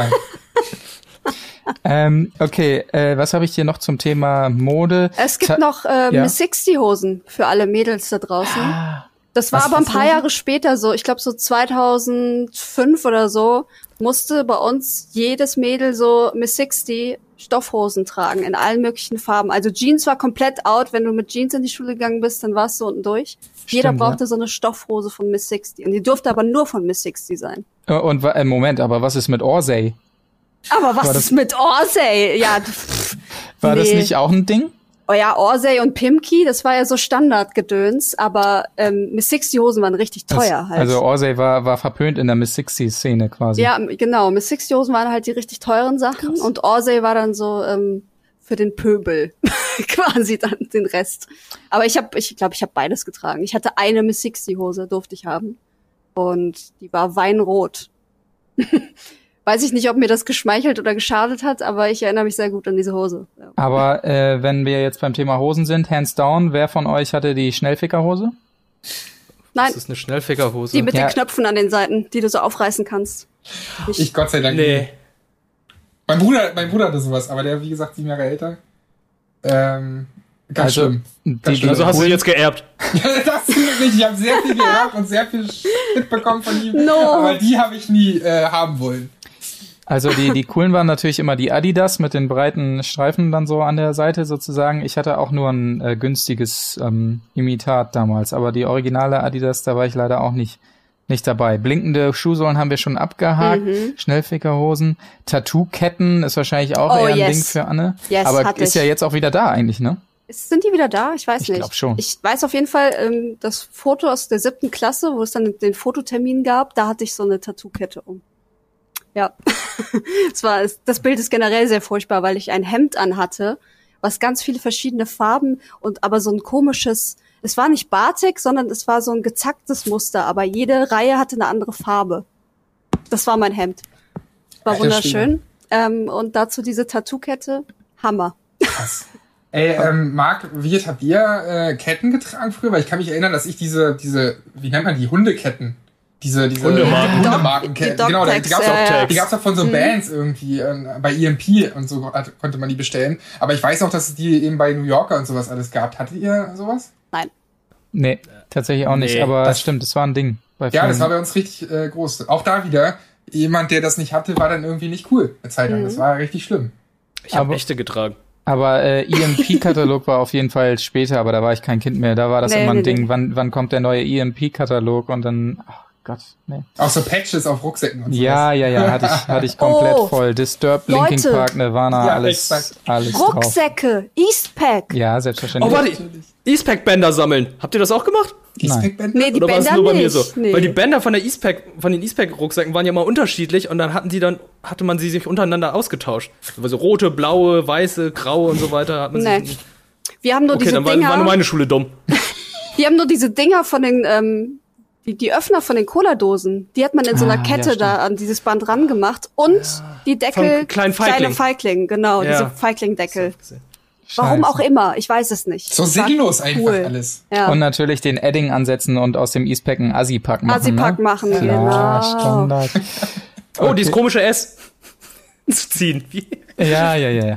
Nein. Okay, was habe ich hier noch zum Thema Mode? Es gibt noch Miss 60 Hosen für alle Mädels da draußen. Das war aber ein paar Jahre später so. Ich glaube so 2005 oder so musste bei uns jedes Mädel so Miss 60 Stoffhosen tragen in allen möglichen Farben. Also Jeans war komplett out. Wenn du mit Jeans in die Schule gegangen bist, dann warst du unten durch. Jeder brauchte so eine Stoffhose von Miss 60. Und die durfte aber nur von Miss 60 sein. Und Moment, aber was ist mit Orsay? Aber was ist mit Orsay? Ja, war das nicht auch ein Ding? Oh ja, Orsay und Pimki, das war ja so Standardgedöns, aber Miss 60 Hosen waren richtig teuer halt. Also Orsay war verpönt in der Miss 60 Szene quasi. Ja, genau. Miss 60 Hosen waren halt die richtig teuren Sachen. Krass. Und Orsay war dann so für den Pöbel quasi dann den Rest. Aber ich glaube, ich habe beides getragen. Ich hatte eine Miss 60 Hose, durfte ich haben. Und die war weinrot. Weiß ich nicht, ob mir das geschmeichelt oder geschadet hat, aber ich erinnere mich sehr gut an diese Hose. Ja. Aber wenn wir jetzt beim Thema Hosen sind, hands down, wer von euch hatte die Schnellfickerhose? Nein. Das ist eine Schnellfickerhose. Die mit den Knöpfen an den Seiten, die du so aufreißen kannst. Ich Gott sei Dank. Nee. Mein Bruder hatte sowas, aber der, wie gesagt, 7 Jahre älter. Ganz schlimm. Also hast du jetzt geerbt? Das stimmt nicht. Ich habe sehr viel geerbt und sehr viel Shit bekommen von ihm. Aber die habe ich nie haben wollen. Also die coolen waren natürlich immer die Adidas mit den breiten Streifen dann so an der Seite sozusagen. Ich hatte auch nur ein günstiges Imitat damals, aber die originale Adidas, da war ich leider auch nicht dabei. Blinkende Schuhsohlen haben wir schon abgehakt, Schnellfickerhosen, Tattoo-Ketten ist wahrscheinlich auch eher ein Ding für Anne. Yes, aber ist ja jetzt auch wieder da eigentlich, ne? Sind die wieder da? Ich weiß nicht. Ich glaube schon. Ich weiß auf jeden Fall, das Foto aus der 7. Klasse, wo es dann den Fototermin gab, da hatte ich so eine Tattoo-Kette um. Ja. Das Bild ist generell sehr furchtbar, weil ich ein Hemd anhatte, was ganz viele verschiedene Farben und aber so ein komisches, es war nicht Batik, sondern es war so ein gezacktes Muster, aber jede Reihe hatte eine andere Farbe. Das war mein Hemd. War wunderschön. Und dazu diese Tattoo-Kette. Hammer. Krass. Ey, Marc, wie habt ihr Ketten getragen früher? Weil ich kann mich erinnern, dass ich diese, wie nennt man die, Hundeketten? Diese Hundemarkenketten. Genau, die gab's auch von so Bands irgendwie, bei EMP und so konnte man die bestellen. Aber ich weiß auch, dass es die eben bei New Yorker und sowas alles gab. Hattet ihr sowas? Nein. Nee, tatsächlich auch nicht, aber das stimmt, das war ein Ding. Ja, das war bei uns richtig groß. Auch da wieder, jemand, der das nicht hatte, war dann irgendwie nicht cool eine Zeit lang. Das war richtig schlimm. Ich habe echte getragen. Aber EMP-Katalog war auf jeden Fall später, aber da war ich kein Kind mehr. Da war das immer ein Ding, wann kommt der neue EMP-Katalog und dann, oh Gott, nee. Auch so Patches auf Rucksäcken und so. Ja, hatte ich komplett voll. Disturbed, Linkin Park, Nirvana, alles Rucksäcke, drauf. Eastpak. Ja, selbstverständlich. Oh, warte, Eastpak-Bänder sammeln. Habt ihr das auch gemacht? Eastpak-Bänder? Nee, die Oder war es Bänder nur bei mir nicht. so? Nee. Weil die Bänder von den Eastpak-Rucksäcken waren ja mal unterschiedlich und dann hatte man sie sich untereinander ausgetauscht. Also rote, blaue, weiße, graue und so weiter. Hat man sich Wir haben nur diese Dinger. Okay, dann war nur meine Schule dumm. Wir haben nur diese Dinger von den, die Öffner von den Cola-Dosen. Die hat man in so einer Kette da an dieses Band ran gemacht. Und die Deckel, kleine Feigling, genau, diese Feigling-Deckel. Warum auch immer, ich weiß es nicht. So sinnlos einfach alles. Ja. Und natürlich den Edding ansetzen und aus dem Eastpak einen Assi-Pack machen. Assi-Pack machen, genau. Standard. Oh, dieses komische S zu ziehen. Ja.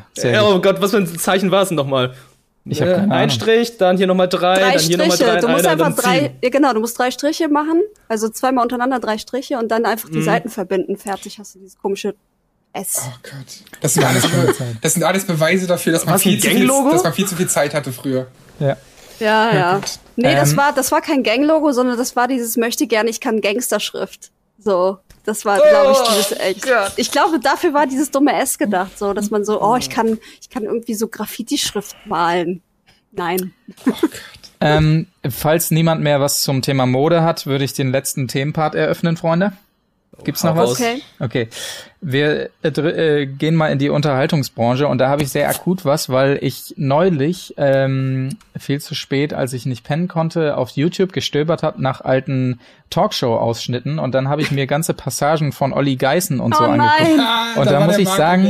Oh Gott, was für ein Zeichen war es denn nochmal? Ich habe keine Ahnung. Ein Strich, dann hier nochmal 3, dann hier nochmal 3. Du musst einfach 3, ja genau, du musst 3 Striche machen, also zweimal untereinander 3 Striche und dann einfach die Seiten verbinden. Fertig hast du dieses komische S. Oh Gott. Das sind alles Beweise dafür, dass man viel zu viel Zeit hatte früher. Ja. Nee, das war kein Gang-Logo, sondern das war dieses möchte gerne, ich kann Gangster-Schrift. So. Das war, glaube ich, dieses echt. Ich glaube, dafür war dieses dumme S gedacht, so, dass man so, ich kann irgendwie so Graffiti-Schrift malen. Nein. Oh Gott. Falls niemand mehr was zum Thema Mode hat, würde ich den letzten Themenpart eröffnen, Freunde. Gibt's noch was? Okay. Wir gehen mal in die Unterhaltungsbranche und da habe ich sehr akut was, weil ich neulich viel zu spät, als ich nicht pennen konnte, auf YouTube gestöbert habe nach alten Talkshow-Ausschnitten und dann habe ich mir ganze Passagen von Olli Geißen und so angeguckt. Und da muss ich sagen,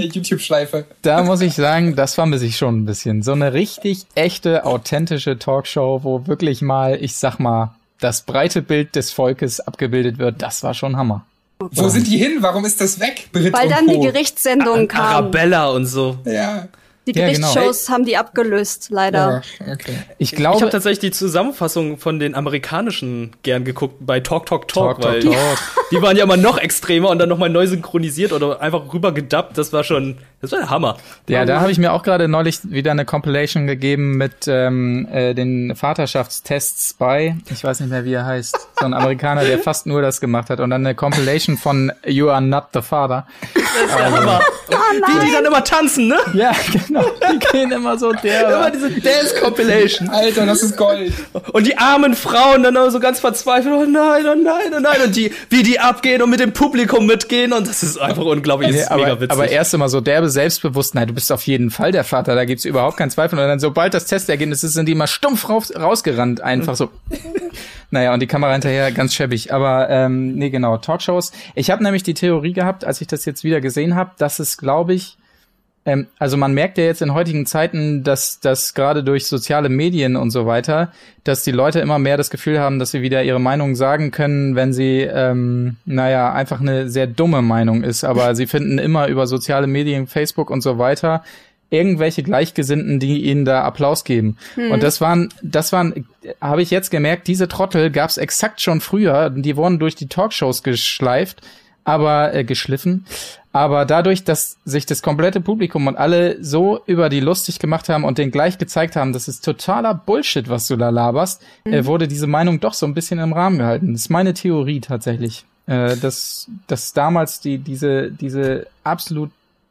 das vermisse ich schon ein bisschen. So eine richtig echte, authentische Talkshow, wo wirklich mal, ich sag mal, das breite Bild des Volkes abgebildet wird, das war schon Hammer. Wo sind die hin? Warum ist das weg, Brit Weil und dann Co. die Gerichtssendungen kamen. Arabella und so. Ja. Die Gerichtsshows haben die abgelöst, leider. Ja, okay. Ich glaube, ich habe tatsächlich die Zusammenfassung von den amerikanischen gern geguckt bei Talk, weil die waren ja immer noch extremer und dann nochmal neu synchronisiert oder einfach rüber gedubbt. Das war der Hammer. Ja, da habe ich mir auch gerade neulich wieder eine Compilation gegeben mit den Vaterschaftstests bei, ich weiß nicht mehr, wie er heißt, so ein Amerikaner, der fast nur das gemacht hat und dann eine Compilation von You Are Not the Father. Das ist der Hammer. Wie die dann immer tanzen, ne? Ja, genau. Die gehen immer so immer diese Dance-Compilation. Alter, das ist Gold. Und die armen Frauen dann auch so ganz verzweifelt. Oh nein. Und wie die abgehen und mit dem Publikum mitgehen. Und das ist einfach unglaublich. Das ist mega witzig. Aber erst immer so derbe selbstbewusst. Nein, du bist auf jeden Fall der Vater. Da gibt's überhaupt keinen Zweifel. Und dann, sobald das Testergebnis ist, sind die immer stumpf rausgerannt. Einfach so. Naja, und die Kamera hinterher ganz schäbig. Aber nee, genau, Talkshows. Ich habe nämlich die Theorie gehabt, als ich das jetzt wieder gesehen habe, dass es, glaube ich, also man merkt ja jetzt in heutigen Zeiten, dass das gerade durch soziale Medien und so weiter, dass die Leute immer mehr das Gefühl haben, dass sie wieder ihre Meinung sagen können, wenn sie, einfach eine sehr dumme Meinung ist. Aber sie finden immer über soziale Medien, Facebook und so weiter, irgendwelche Gleichgesinnten, die ihnen da Applaus geben. Und das waren, habe ich jetzt gemerkt, diese Trottel gab's exakt schon früher. Die wurden durch die Talkshows geschliffen. Aber dadurch, dass sich das komplette Publikum und alle so über die lustig gemacht haben und denen gleich gezeigt haben, das ist totaler Bullshit, was du da laberst, wurde diese Meinung doch so ein bisschen im Rahmen gehalten. Das ist meine Theorie tatsächlich. Dass damals diese absolut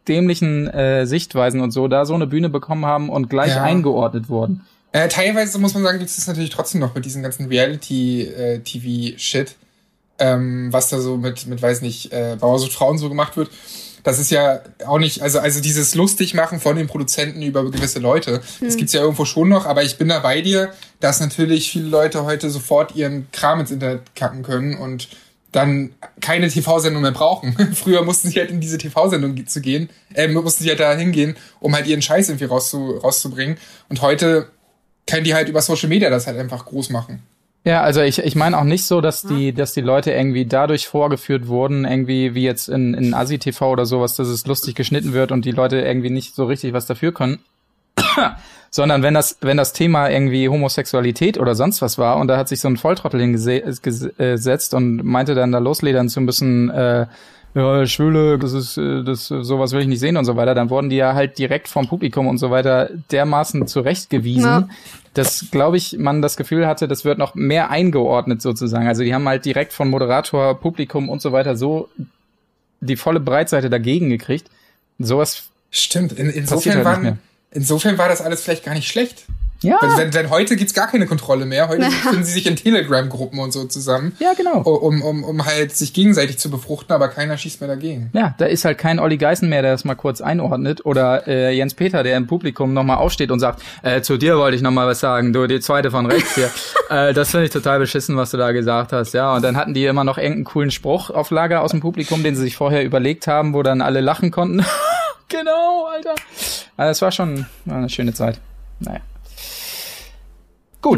dämlichen Sichtweisen und so da so eine Bühne bekommen haben und gleich eingeordnet wurden. Teilweise muss man sagen, gibt es natürlich trotzdem noch mit diesem ganzen Reality-TV-Shit, was da so mit weiß nicht, Bauer sucht Frauen so gemacht wird. Das ist ja auch nicht, also dieses Lustigmachen von den Produzenten über gewisse Leute, das gibt's ja irgendwo schon noch, aber ich bin da bei dir, dass natürlich viele Leute heute sofort ihren Kram ins Internet kacken können und dann keine TV-Sendung mehr brauchen. Früher mussten sie halt in diese TV-Sendung mussten sie halt da hingehen, um halt ihren Scheiß irgendwie rauszubringen. Und heute können die halt über Social Media das halt einfach groß machen. Ja, also ich meine auch nicht so, dass die Leute irgendwie dadurch vorgeführt wurden, irgendwie wie jetzt in Asi-TV oder sowas, dass es lustig geschnitten wird und die Leute irgendwie nicht so richtig was dafür können. Sondern wenn das Thema irgendwie Homosexualität oder sonst was war und da hat sich so ein Volltrottel hingesetzt und meinte dann da losledern zu müssen, Schwule, das sowas will ich nicht sehen und so weiter, dann wurden die ja halt direkt vom Publikum und so weiter dermaßen zurechtgewiesen, dass, glaube ich, man das Gefühl hatte, das wird noch mehr eingeordnet sozusagen. Also die haben halt direkt von Moderator, Publikum und so weiter so die volle Breitseite dagegen gekriegt. Sowas stimmt, insofern war das alles vielleicht gar nicht schlecht. Ja. Denn heute gibt's gar keine Kontrolle mehr. Heute finden sie sich in Telegram-Gruppen und so zusammen. Ja, genau. Um halt sich gegenseitig zu befruchten, aber keiner schießt mehr dagegen. Ja, da ist halt kein Olli Geißen mehr, der das mal kurz einordnet. Oder Jens Peter, der im Publikum nochmal aufsteht und sagt, zu dir wollte ich nochmal was sagen, du, die zweite von rechts hier. Das finde ich total beschissen, was du da gesagt hast. Ja, und dann hatten die immer noch irgendeinen coolen Spruch auf Lager aus dem Publikum, den sie sich vorher überlegt haben, wo dann alle lachen konnten. Genau, Alter. Also es war schon eine schöne Zeit. Naja. Gut,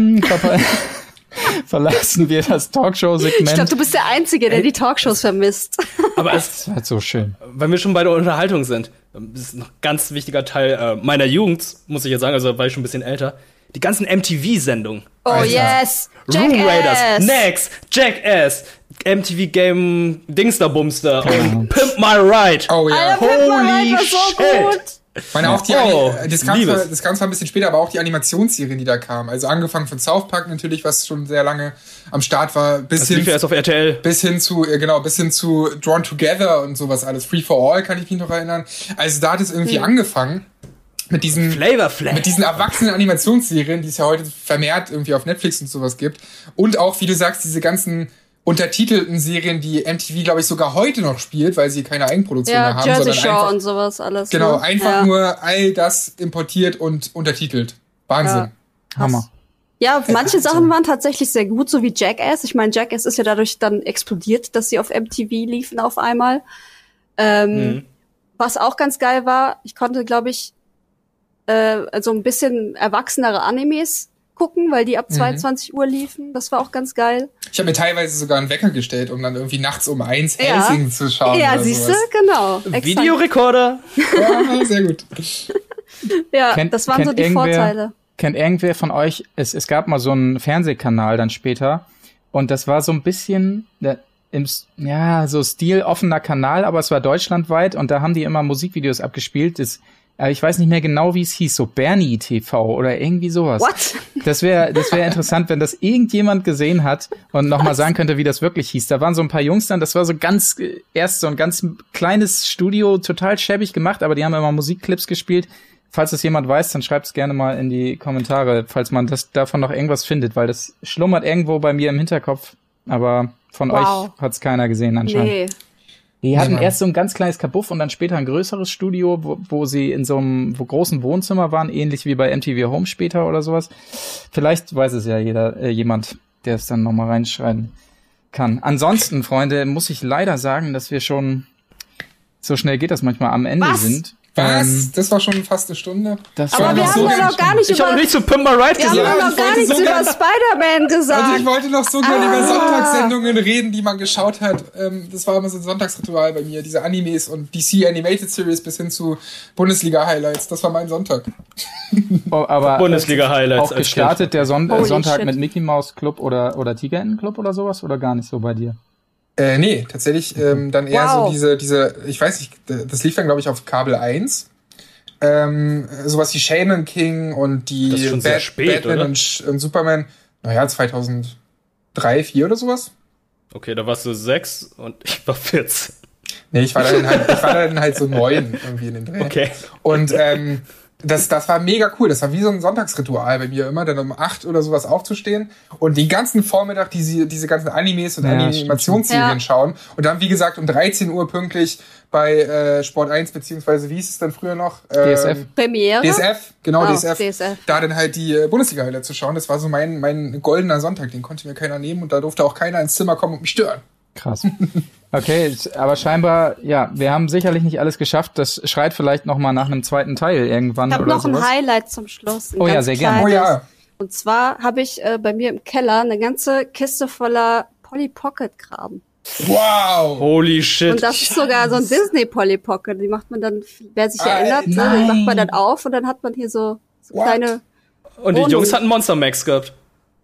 verlassen wir das Talkshow-Segment. Ich glaube, du bist der Einzige, der die Talkshows vermisst. Aber es ist halt so schön. Wenn wir schon bei der Unterhaltung sind, das ist noch ein ganz wichtiger Teil meiner Jugend, muss ich jetzt sagen, also war ich schon ein bisschen älter, die ganzen MTV-Sendungen. Oh, Alter. Yes! Room Raiders, Next, Jackass, MTV Game Dingsterbumster und Pimp My Ride. Oh ja. Alter, Pimp My Ride war so gut. Ich meine, auch das kam zwar ein bisschen später, aber auch die Animationsserien, die da kamen. Also angefangen von South Park natürlich, was schon sehr lange am Start war, bis hin auf RTL. Bis hin zu Drawn Together und sowas alles. Free for All kann ich mich noch erinnern. Also da hat es irgendwie angefangen mit diesen erwachsenen Animationsserien, die es ja heute vermehrt irgendwie auf Netflix und sowas gibt. Und auch, wie du sagst, diese ganzen untertitelten Serien, die MTV, glaube ich, sogar heute noch spielt, weil sie keine Eigenproduktion mehr haben. Jersey sondern Shore einfach, und sowas alles. Genau, einfach nur all das importiert und untertitelt. Wahnsinn. Ja. Hammer. Ja, manche Sachen waren tatsächlich sehr gut, so wie Jackass. Ich meine, Jackass ist ja dadurch dann explodiert, dass sie auf MTV liefen auf einmal. Was auch ganz geil war, ich konnte, glaube ich, so ein bisschen erwachsenere Animes gucken, weil die ab 22 Uhr liefen. Das war auch ganz geil. Ich habe mir teilweise sogar einen Wecker gestellt, um dann irgendwie nachts um 1 Helsing zu schauen. Ja, siehst du, genau. Videorekorder. Ja, sehr gut. Ja, das waren so die Vorteile. Kennt irgendwer von euch, es gab mal so einen Fernsehkanal dann später und das war so ein bisschen so stiloffener Kanal, aber es war deutschlandweit und da haben die immer Musikvideos abgespielt. Ich weiß nicht mehr genau, wie es hieß, so Bernie TV oder irgendwie sowas. What? Das wäre interessant, wenn das irgendjemand gesehen hat und nochmal sagen könnte, wie das wirklich hieß. Da waren so ein paar Jungs dann, das war so erst so ein ganz kleines Studio, total schäbig gemacht, aber die haben immer Musikclips gespielt. Falls es jemand weiß, dann schreibt es gerne mal in die Kommentare, falls man davon noch irgendwas findet, weil das schlummert irgendwo bei mir im Hinterkopf, aber von euch hat es keiner gesehen anscheinend. Nee. Die hatten erst so ein ganz kleines Kabuff und dann später ein größeres Studio, wo sie in so einem großen Wohnzimmer waren, ähnlich wie bei MTV Home später oder sowas. Vielleicht weiß es ja jemand, der es dann nochmal reinschreiben kann. Ansonsten, Freunde, muss ich leider sagen, dass wir schon, so schnell geht das manchmal, am Ende sind. Was? Das war schon fast eine Stunde. Aber wir haben ja noch gar nicht Ich habe noch nicht zu Pimp My Ride gesagt. Wir haben noch gar nichts über Spider-Man gesagt. Also ich wollte noch so gerne über Sonntagssendungen reden, die man geschaut hat. Das war immer so ein Sonntagsritual bei mir. Diese Animes und DC Animated Series bis hin zu Bundesliga-Highlights. Das war mein Sonntag. Aber Bundesliga-Highlights. Auch gestartet der Sonntag mit Mickey Mouse Club oder Tigerentenclub Club oder sowas? Oder gar nicht so bei dir? Nee, tatsächlich dann eher so diese, ich weiß nicht, das lief dann, glaube ich, auf Kabel 1. Sowas wie Shaman King und die Batman und Superman, 2003, 2004 oder sowas. Okay, da warst du 6 und ich war 14. Nee, ich war dann halt so 9 irgendwie in den Dreh. Okay. Und das war mega cool. Das war wie so ein Sonntagsritual bei mir immer, dann um 8 oder sowas aufzustehen und den ganzen Vormittag diese ganzen Animes und Animationsserien schauen. Und dann, wie gesagt, um 13 Uhr pünktlich bei Sport 1, beziehungsweise wie hieß es dann früher noch? DSF. Premiere? DSF, genau, DSF. Da dann halt die Bundesliga-Hölle zu schauen. Das war so mein goldener Sonntag. Den konnte mir keiner nehmen und da durfte auch keiner ins Zimmer kommen und mich stören. Krass. Okay, aber scheinbar, ja, wir haben sicherlich nicht alles geschafft. Das schreit vielleicht noch mal nach einem zweiten Teil irgendwann oder sowas. Ich habe noch ein Highlight zum Schluss. Oh ja, sehr gerne. Oh ja. Und zwar habe ich bei mir im Keller eine ganze Kiste voller Polly Pocket Kram. Wow! Holy shit. Und das ist sogar so ein Disney Polly Pocket. Die macht man dann, wer sich erinnert, die macht man dann auf und dann hat man hier so kleine. Und die Jungs hatten Monster Max gehabt.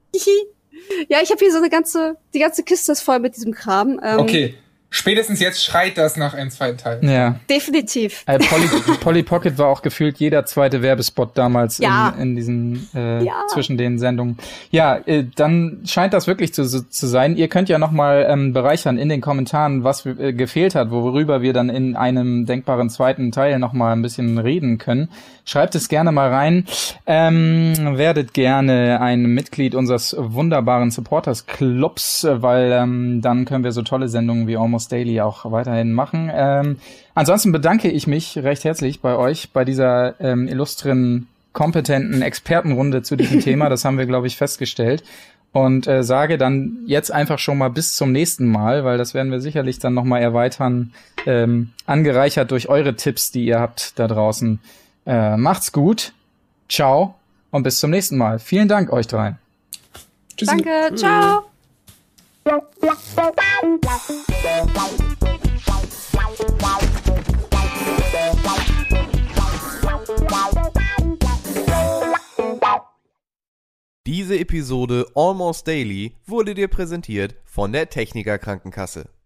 Ja, ich habe hier so die ganze Kiste ist voll mit diesem Kram. Okay. Spätestens jetzt schreit das nach einem zweiten Teil. Ja. Definitiv. Polly Pocket war auch gefühlt jeder zweite Werbespot damals in diesen zwischen den Sendungen. Ja, dann scheint das wirklich zu sein. Ihr könnt ja nochmal bereichern in den Kommentaren, was gefehlt hat, worüber wir dann in einem denkbaren zweiten Teil nochmal ein bisschen reden können. Schreibt es gerne mal rein. Werdet gerne ein Mitglied unseres wunderbaren Supporters Clubs, weil dann können wir so tolle Sendungen wie Almost Daily auch weiterhin machen. Ansonsten bedanke ich mich recht herzlich bei euch, bei dieser illustren, kompetenten Expertenrunde zu diesem Thema. Das haben wir, glaube ich, festgestellt. Und sage dann jetzt einfach schon mal bis zum nächsten Mal, weil das werden wir sicherlich dann nochmal erweitern, angereichert durch eure Tipps, die ihr habt da draußen. Macht's gut, ciao und bis zum nächsten Mal. Vielen Dank euch dreien. Tschüssi. Danke, ciao. Diese Episode Almost Daily wurde dir präsentiert von der Techniker Krankenkasse.